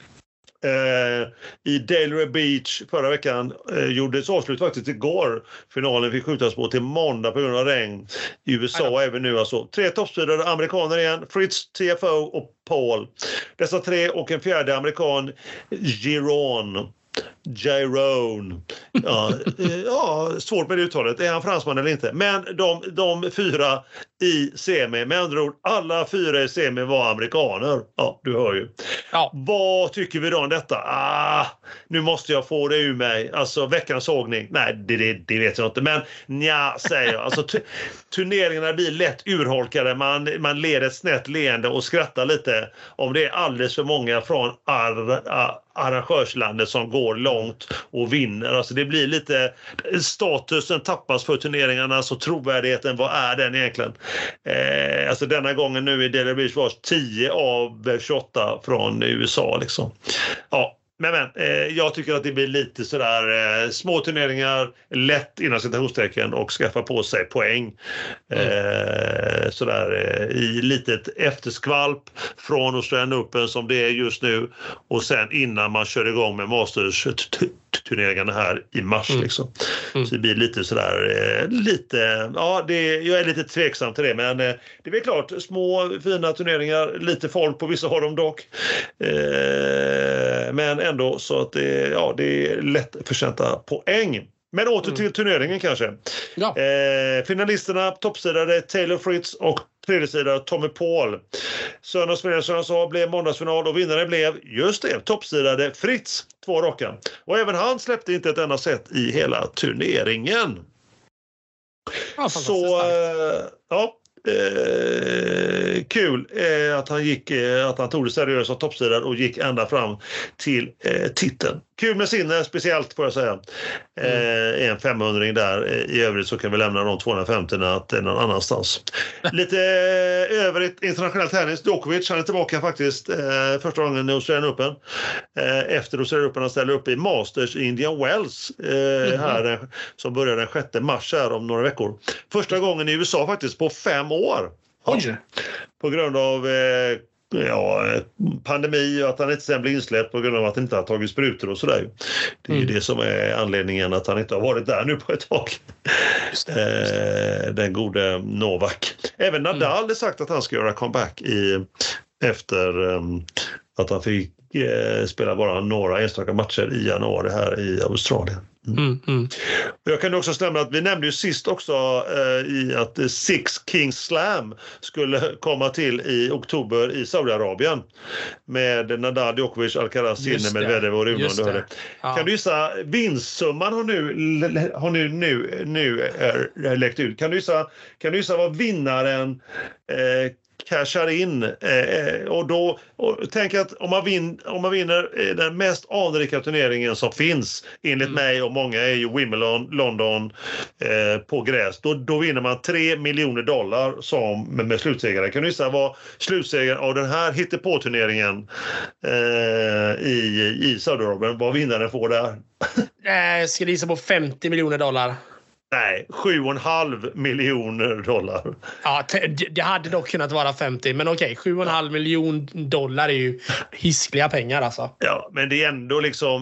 I Delray Beach förra veckan gjordes avslut faktiskt igår. Finalen fick skjutas på till måndag på grund av regn i USA och även nu alltså. 3 toppstyrade amerikaner igen, Fritz, TFO och Paul. Dessa 3 och en fjärde amerikan, Giron. Ja, svårt med uttalet. Är han fransman eller inte? Men de 4 i semi, med andra ord, alla 4 i semi var amerikaner. Ja, du hör ju. Ja. Vad tycker vi då om detta? Nu måste jag få det ur mig. Alltså, veckans sågning. Nej, det vet jag inte. Men nja, säger jag. Alltså, turneringarna blir lätt urholkade. Man ler ett snett leende och skrattar lite om det är alldeles för många från arrangörslandet som går långt och vinner. Alltså det blir lite, statusen tappas för turneringarna, så trovärdigheten, vad är den egentligen? Alltså denna gången nu i Delray Beach var 10 av 28 från USA liksom. Ja. Men jag tycker att det blir lite sådär små turneringar, lätt innan citationstecken och skaffa på sig poäng. Sådär i litet efterskvalp från Australian Open som det är just nu och sen innan man kör igång med Masters-turneringarna här i mars liksom. Så det blir lite sådär, jag är lite tveksam till det, men det är väl klart, små fina turneringar, lite folk på vissa har de dock. Men ändå så att det är lätt förtjänta poäng. Men åter till turneringen kanske. Ja. Finalisterna toppsidade Taylor Fritz och tredje sida Tommy Paul. Söndagsfinalen som jag sa blev måndagsfinal och vinnaren blev just det, toppsidade Fritz, 2 raka. Och även han släppte inte ett enda set i hela turneringen. Ja, så ja. Kul att han tog det seriöst som toppsidad och gick ända fram till titeln. Kul med sinne, speciellt får jag säga. En 500 där. I övrigt så kan vi lämna de 250 till någon annanstans. Lite övrigt internationellt tennis. Djokovic, han är tillbaka faktiskt första gången i Australian Open. Efter Australian Open han ställer upp i Masters i Indian Wells här, som börjar den 6 mars här om några veckor. Första gången i USA faktiskt på 5 år. Oj. På grund av pandemi och att han inte sen blir insläppt på grund av att han inte har tagit sprutor och sådär. Det är ju det som är anledningen att han inte har varit där nu på ett tag. Just det. Den gode Novak. Även Nadal har sagt att han ska göra comeback efter att han fick spela bara några enstaka matcher i januari här i Australien. Jag kan också stämma att vi nämnde ju sist också i att Six Kings Slam skulle komma till i oktober i Saudiarabien med Nadal, Djokovic, Alcaraz, Sinner, Medvedev och Rune. Ja. Kan du gissa vinstsumman har nu läckt ut? Kan du gissa vad vinnaren cashar in och tänk att om man vinner den mest anrika turneringen som finns enligt mig och många är ju Wimbledon, London på gräs, då vinner man $3 miljoner som med slutsegrare. Kan du gissa vad slutsegraren av den här hittepå-turneringen i Saudiarabien, vad vinnaren får där? Jag ska gissa på $50 miljoner. Nej, $7,5 miljoner. Ja, det hade dock kunnat vara 50, men okej, $7,5 miljoner är ju hiskliga pengar alltså. Ja, men det är ändå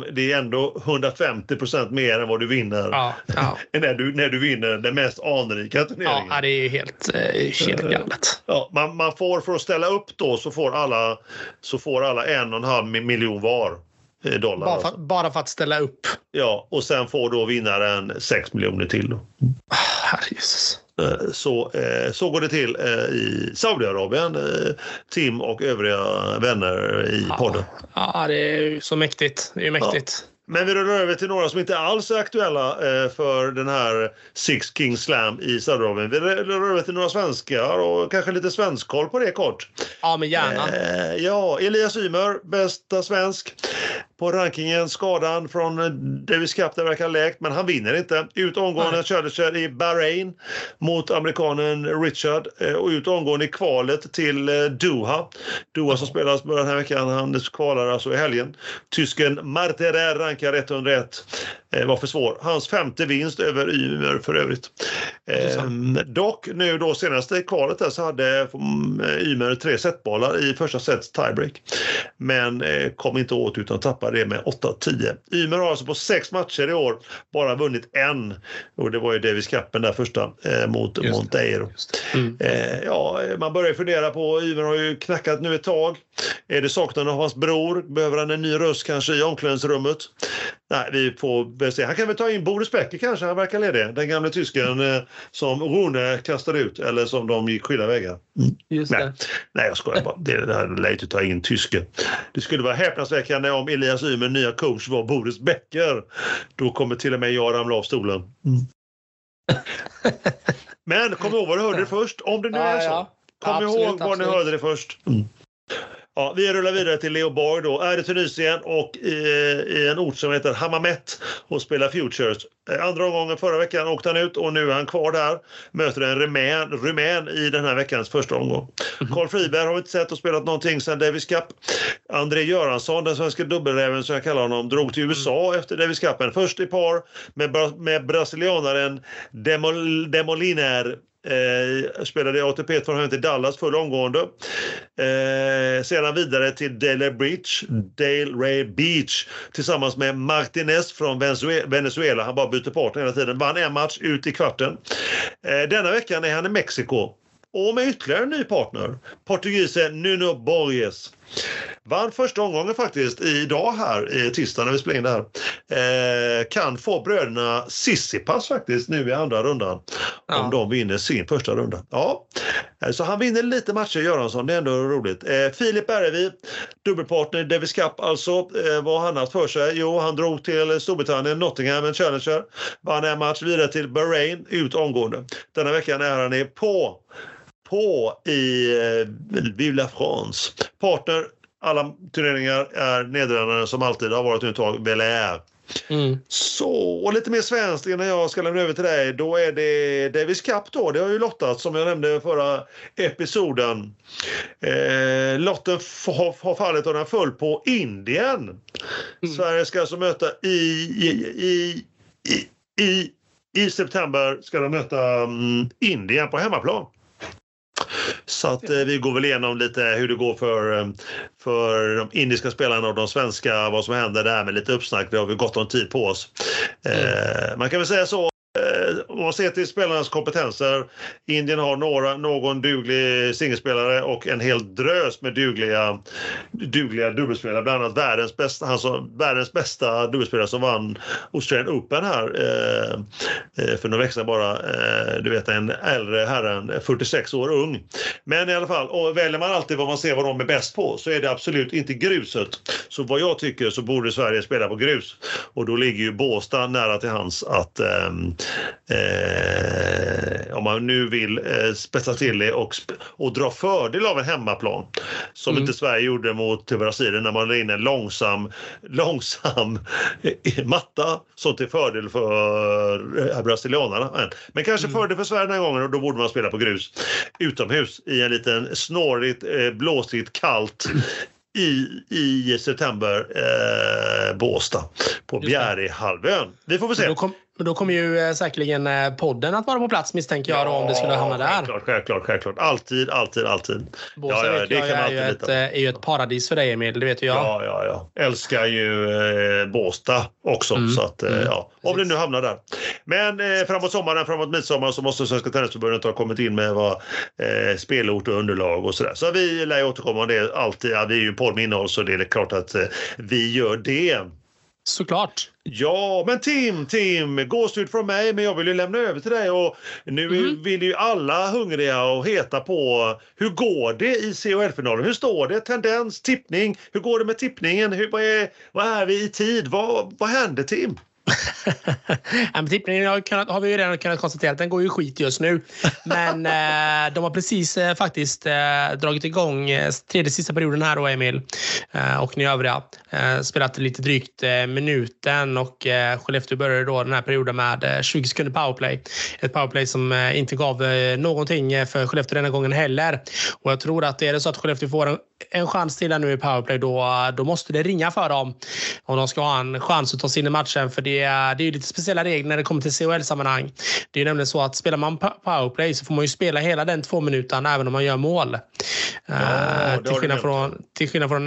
150% mer än vad du vinner. Ja. när du vinner den mest anrika turneringen. Ja, det är ju helt galet. Ja, man får, för att ställa upp då, så får alla 1,5 miljon var. Dollar. Bara för att ställa upp. Ja, och sen får då vinnaren 6 miljoner till då. Jesus. Så går det till i Saudiarabien, Tim och övriga vänner i podden. Ja, det är så mäktigt. Det är mäktigt. Ja. Men vi rör över till några som inte alls är aktuella för den här Six Kings Slam i Saudiarabien. Vi rör över till några svenskar och kanske lite svenskkoll på det kort. Ja, men gärna. Elias Ymer, bästa svensk. På rankingen, skadan från Davis Cup, det verkar läkt, men han vinner inte. Ut omgående körde i Bahrain mot amerikanen Richard och ut omgående i kvalet till Doha. Doha som spelas den här veckan, han kvalar alltså i helgen. Tysken Marterer rankar 101. Var för svår. Hans 5:e vinst över Ymer för övrigt. Dock nu då senaste kvalet där så hade Ymer 3 setbollar i första sets tiebreak. Men kom inte åt utan tappade det med 8-10. Ymer har alltså på 6 matcher i år bara vunnit en. Och det var ju Davis Cupen där första mot Monteiro. Man börjar fundera på, Ymer har ju knackat nu ett tag. Är det saknaden av hans bror? Behöver han en ny röst kanske i omklädningsrummet? Nej, vi får se. Han kan väl ta in Boris Becker kanske, han verkar ledig. Den gamla tysken som Rune kastade ut, eller som de gick skilda vägar. Just det. Nej, jag skojar bara. Det här lät att ta in tysken. Det skulle vara häpnadsväckande om Elias Ymer nya coach var Boris Becker. Då kommer till och med jag ramla av stolen. Men kom ihåg vad du hörde det först, om det nu är så. Kom ihåg vad ni hörde det först. Ja, vi rullar vidare till Leo Borg då. Är det Tunisien och i en ort som heter Hammamet och spelar Futures. Andra omgången förra veckan åkte han ut och nu är han kvar där. Möter en rumän i den här veckans första omgång. Carl Friberg har vi inte sett och spelat någonting sedan Davis Cup. André Göransson, den svenska dubbelräven som jag kallar honom, drog till USA efter Davis Cupen. Först i par med brasilianaren Demoliner. Spelade i ATP 200 till Dallas full omgående. Sedan vidare till Delray Beach tillsammans med Martinez från Venezuela. Han bara byter partner hela tiden. Vann en match ut i kvarten. Denna veckan är han i Mexiko. och med ytterligare en ny partner, portugisen Nuno Borges. Vann första omgången faktiskt idag här i tisdag när vi spelar in det här. Kan få bröderna Tsitsipas faktiskt nu i andra rundan. Om de vinner sin första runda. Ja, så han vinner lite matcher, Göransson. Det är ändå roligt. Filip Berrevi, dubbelpartner Davis Cup alltså. Vad han haft för sig? Jo, han drog till Storbritannien, Nottingham, en Challenger. Vann en match vidare till Bahrain, ut omgående. Denna veckan är han på i Villefranche. Partner alla turneringar är Nederländerna som alltid har varit uttag Belair. Så, och lite mer svenskt innan jag ska lämna över till dig, då är det Davis Cup då. Det har ju lottat som jag nämnde förra episoden. Lotten har fallit och den föll på Indien. Sverige ska alltså möta i september ska de möta Indien på hemmaplan. Så att vi går väl igenom lite hur det går för de indiska spelarna och de svenska, vad som händer där med lite uppsnack. Det har vi gott om tid på oss. Man kan väl säga så, om man ser till spelarnas kompetenser, Indien har någon duglig singelspelare och en hel drös med dugliga dubbelspelare, bland annat världens bästa dubbelspelare som vann Australian Open här för några veckor bara, du vet, en äldre herren, 46 år ung. Men i alla fall, och väljer man alltid vad man ser vad de är bäst på, så är det absolut inte gruset. Så vad jag tycker så borde Sverige spela på grus, och då ligger ju Båstad nära till hands att om man nu vill spetsa till det och dra fördel av en hemmaplan som inte Sverige gjorde mot Brasilien när man lade in en långsam matta som till fördel för brasilianerna. Men kanske fördel för Sverige den här gången, och då borde man spela på grus utomhus i en liten snårigt, blåsigt, kallt i september Båstad på Bjärehalvön. Vi får väl se. Då kommer ju säkerligen podden att vara på plats, misstänker jag, om det skulle hamna där. Självklart. Alltid. Båstad vet jag är ju ett paradis för dig, Emil, det vet ju jag. Ja. Älskar ju Båstad också, så att om det nu hamnar där. Men framåt sommaren, framåt midsommar, så måste Svenska Tennisförbundet ha kommit in med vad spelort och underlag och sådär. Så vi lär återkomma om det alltid. Ja, vi är ju podd med innehåll, så det är klart att vi gör det. Såklart. Ja, men Tim, gåsut från mig, men jag vill ju lämna över till dig, och nu vill ju alla hungriga och heta på hur går det i CHL-finalen? Hur står det? Tendens, tippning, hur går det med tippningen? Vad är vi i tid? Vad händer, Tim? Tippningen har vi ju redan kunnat konstatera att den går ju skit just nu. Men de har precis faktiskt dragit igång tredje sista perioden här då, Emil. Och ni övriga spelat lite drygt minuten, och Skellefteå började då den här perioden med 20 sekunder powerplay. Ett powerplay som inte gav någonting för Skellefteå den här gången heller. Och jag tror att är det så att Skellefteå får en chans till nu i powerplay, då måste det ringa för dem om de ska ha en chans att ta sig in i matchen, för det är ju lite speciella regler när det kommer till CHL-sammanhang. Det är nämligen så att spelar man powerplay så får man ju spela hela den 2 minuterna även om man gör mål. Till skillnad från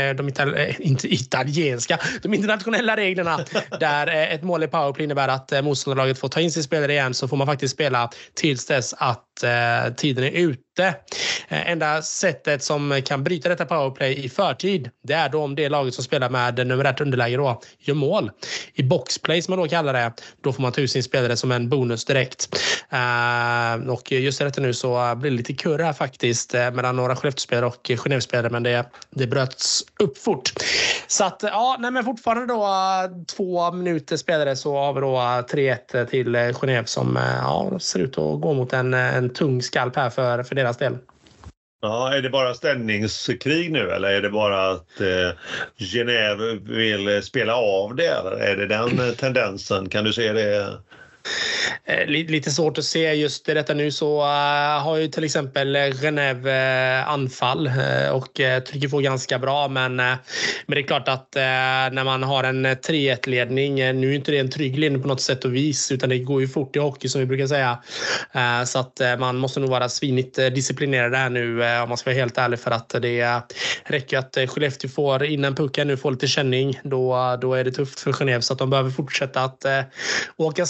de internationella reglerna där ett mål i powerplay innebär att motståndarlaget får ta in sin spelare igen, så får man faktiskt spela tills dess att tiden är ute. Enda sättet som kan bryta detta powerplay i förtid, det är då om det laget som spelar med nummer 1 underläge då gör mål. I boxplay som man då kallar det, då får man ta ut sin spelare som en bonus direkt. Och just detta nu så blir det lite kurr här faktiskt mellan några Skellefteå-spelare och Genève-spelare, men det bröts upp fort. Så att men fortfarande då 2 minuter spelare, så har vi då 3-1 till Genève som ser ut att gå mot en tung skalp här för deras del. Ja, är det bara ställningskrig nu, eller är det bara att Genève vill spela av det, eller är det den tendensen? Kan du se det? Lite svårt att se just detta nu, så har ju till exempel Genève anfall och trycker på ganska bra, men det är klart att när man har en 3-1-ledning, nu är inte det en trygg ledning på något sätt och vis, utan det går ju fort i hockey som vi brukar säga, så att man måste nog vara svinigt disciplinerad här nu om man ska vara helt ärlig, för att det räcker att Skellefteå får in en puck nu, får lite känning, då är det tufft för Genève, så att de behöver fortsätta att åka skridskor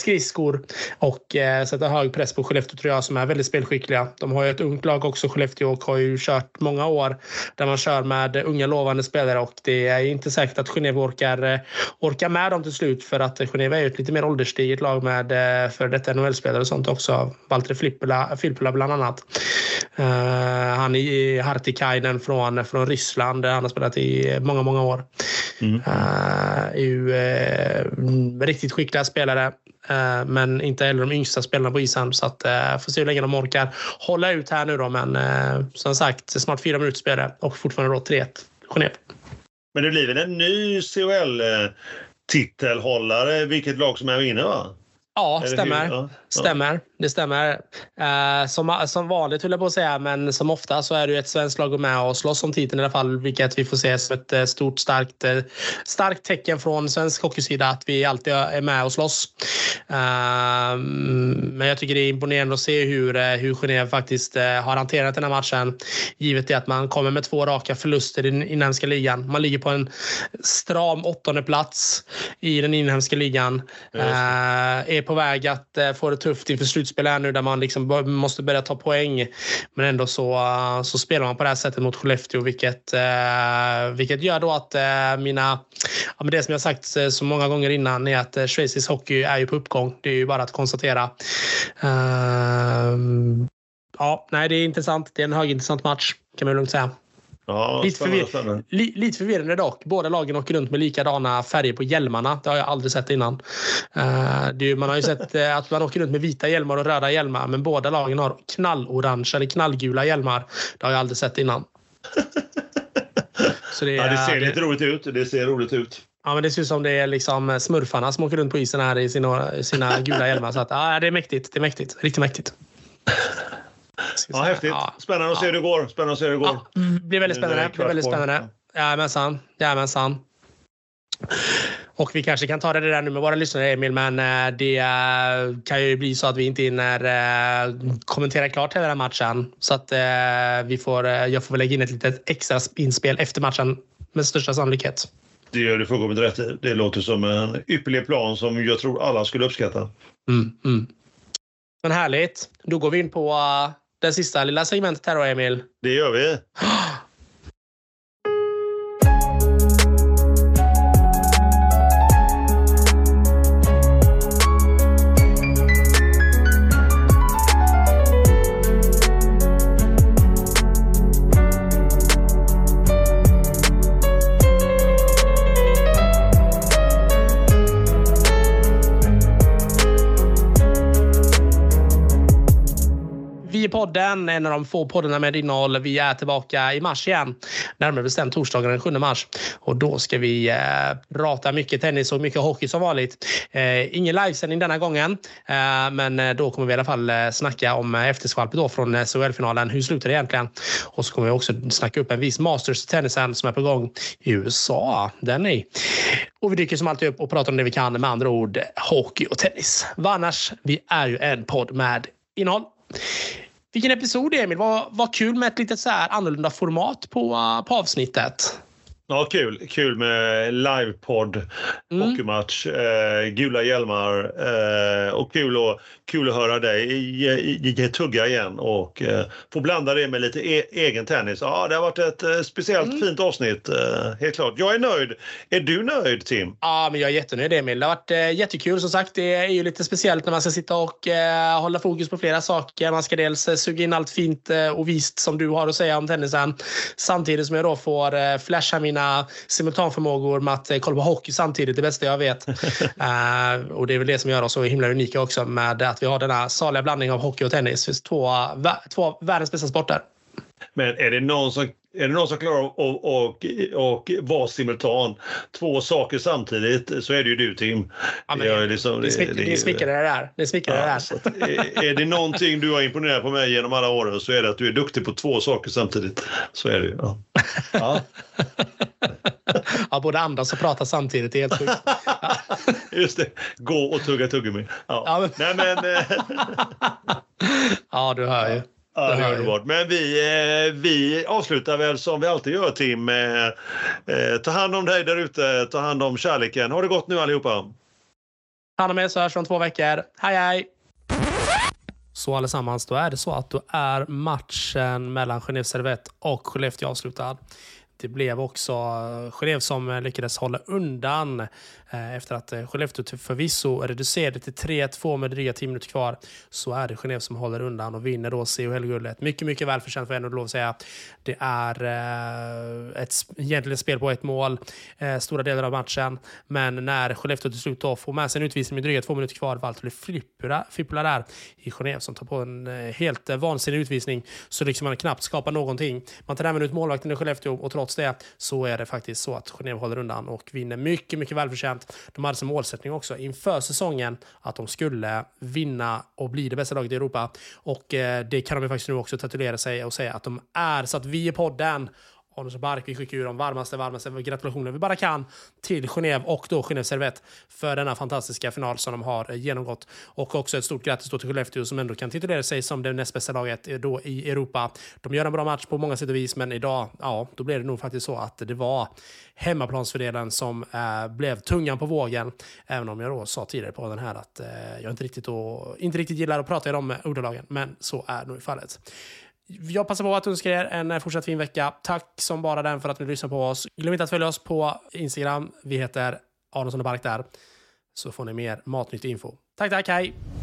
stor och sätta hög press på Skellefteå, tror jag, som är väldigt spelskickliga. De har ju ett ungt lag också, Skellefteå, och har ju kört många år där man kör med unga lovande spelare, och det är inte säkert att Genève orkar med dem till slut, för att Genève är ju ett lite mer ålderstiget lag med för detta NHL-spelare och sånt också. Valtteri Filppula bland annat. Han är Hartikainen från Ryssland. Han har spelat i många år. Är ju riktigt skickliga spelare, men inte heller de yngsta spelarna på isen, så att får se hur länge de orkar hålla ut här nu då. Men som sagt, snart 4 minuter spelare och fortfarande då 3-1 Genève. Men det blir väl en ny CHL-titelhållare, vilket lag som är inne, va? Ja, stämmer. Det stämmer. Som vanligt, höll jag på att säga, men som ofta så är det ju ett svenskt lag med och slåss om titeln i alla fall, vilket vi får se som ett stort, starkt tecken från svensk hockeysida, att vi alltid är med och slåss. Men jag tycker det är imponerande att se hur Genève faktiskt har hanterat den här matchen, givet det att man kommer med 2 raka förluster i den inhemska ligan. Man ligger på en stram 8:e plats i den inhemska ligan. Är på väg att få det tufft inför slutspel här nu, där man liksom måste börja ta poäng, men ändå så spelar man på det här sättet mot Skellefteå, vilket gör då att men det som jag sagt så många gånger innan är att schweizisk hockey är ju på uppgång. Det är ju bara att konstatera. Det är intressant. Det är en högintressant match, kan man lugnt säga. Ja, lite förvirrande dock. Båda lagen åker runt med likadana färger på hjälmarna. Det har jag aldrig sett innan. Man har ju sett att man åker runt med vita hjälmar och röda hjälmar, men båda lagen har knallorange eller knallgula hjälmar. Det har jag aldrig sett innan. Så det ser lite roligt ut. Ja, men det ser ut som det är liksom smurfarna som åker runt på isen här i sina gula hjälmar. Så att, det är mäktigt. Det är mäktigt. Riktigt mäktigt. Ja, häftigt. Spännande att se hur det går. Det blir väldigt spännande. Jajamensan. Och vi kanske kan ta det där nu med våra lyssnare, Emil, men det kan ju bli så att vi inte hinner kommentera klart hela den här matchen. Så att jag får väl lägga in ett litet extra inspel efter matchen med största sannolikhet. Det gör du fullkomligt rätt i. Det låter som en ypperlig plan som jag tror alla skulle uppskatta. Men härligt. Då går vi in på det sista lilla segmentet här då, Emil. Det gör vi. Podden, en av de få poddarna med innehåll. Vi är tillbaka i mars igen. Närmare bestämt torsdagen den 7 mars. Och då ska vi prata mycket tennis och mycket hockey som vanligt. Ingen livesändning denna gången. Men då kommer vi i alla fall snacka om efterskvalpet då från SHL-finalen. Hur slutar det egentligen? Och så kommer vi också snacka upp en viss Masters-tennisen som är på gång i USA. Den är. Och vi dyker som alltid upp och pratar om det vi kan, med andra ord hockey och tennis. Annars, vi är ju en podd med innehåll. Vilken episod, Emil. Vad kul med ett lite så här annorlunda format på avsnittet. Ja, kul med livepodd, hockeymatch, gula hjälmar och kul att höra dig tugga igen och få blanda det med lite egen tennis. Ja, det har varit ett speciellt fint avsnitt, helt klart. Jag är nöjd. Är du nöjd, Tim? Ja, men jag är jättenöjd, Emil. Det har varit jättekul. Som sagt, det är ju lite speciellt när man ska sitta och hålla fokus på flera saker. Man ska dels suga in allt fint och vist som du har att säga om tennisen, samtidigt som jag då får flasha mina simultanförmågor med att kolla på hockey samtidigt, det bästa jag vet. Och det är väl det som gör oss så himla unika också, med att vi har den här saliga blandning av hockey och tennis. Två världens bästa sporter. Men är det någon som klarar att vara simultan 2 saker samtidigt, så är det ju du, Tim. Ja, men det smickrar det där. Är det någonting du har imponerat på mig genom alla åren, så är det att du är duktig på 2 saker samtidigt. Så är det ju. Ja. Ja, både andas och prata samtidigt, det är helt sjukt. Ja. Just det, gå och tugga tuggummi. Ja. Nej, men... Ja, du hör ju. Ja, det är underbart. Men vi avslutar väl som vi alltid gör, Tim. Ta hand om dig där ute, ta hand om kärleken. Ha det gott nu allihopa. Ta med så hörs om 2 veckor. Hej hej! Så allesammans, då är det så att då är matchen mellan Genève Servette och Skellefteå avslutad. Det blev också Genève som lyckades hålla undan efter att Skellefteå förvisso reducerade till 3-2 med dryga 10 minuter kvar. Så är det Genève som håller undan och vinner då CHL-guldet. Mycket, mycket välförtjänt för en och lov att säga. Det är egentligen spel på ett mål stora delar av matchen. Men när Skellefteå till slut då får med sig en utvisning med dryga 2 minuter kvar, valt blir Fippula där i Genève som tar på en helt vansinnig utvisning, så liksom man knappt skapar någonting. Man tar även ut målvakten i Skellefteå, och trots det så är det faktiskt så att Genève håller undan och vinner mycket, mycket välförtjänt. De hade som målsättning också inför säsongen att de skulle vinna och bli det bästa laget i Europa. Och det kan de faktiskt nu också titulera sig och säga att de är. Så att vi i podden, Arnors och Bark, vi skickar ju de varmaste gratulationer vi bara kan till Genève och då Genève Servette för denna fantastiska final som de har genomgått. Och också ett stort grattis då till Skellefteå som ändå kan titulera sig som det näst bästa laget då i Europa. De gör en bra match på många sätt och vis, men idag, ja, då blev det nog faktiskt så att det var hemmaplansfördelen som blev tungan på vågen. Även om jag då sa tidigare på den här att jag inte riktigt gillar att prata i de ordalagen, men så är nog fallet. Jag passar på att önska er en fortsatt fin vecka. Tack som bara den för att ni lyssnar på oss. Glöm inte att följa oss på Instagram. Vi heter Arnors och Bark där. Så får ni mer matnyttig info. Tack, hej!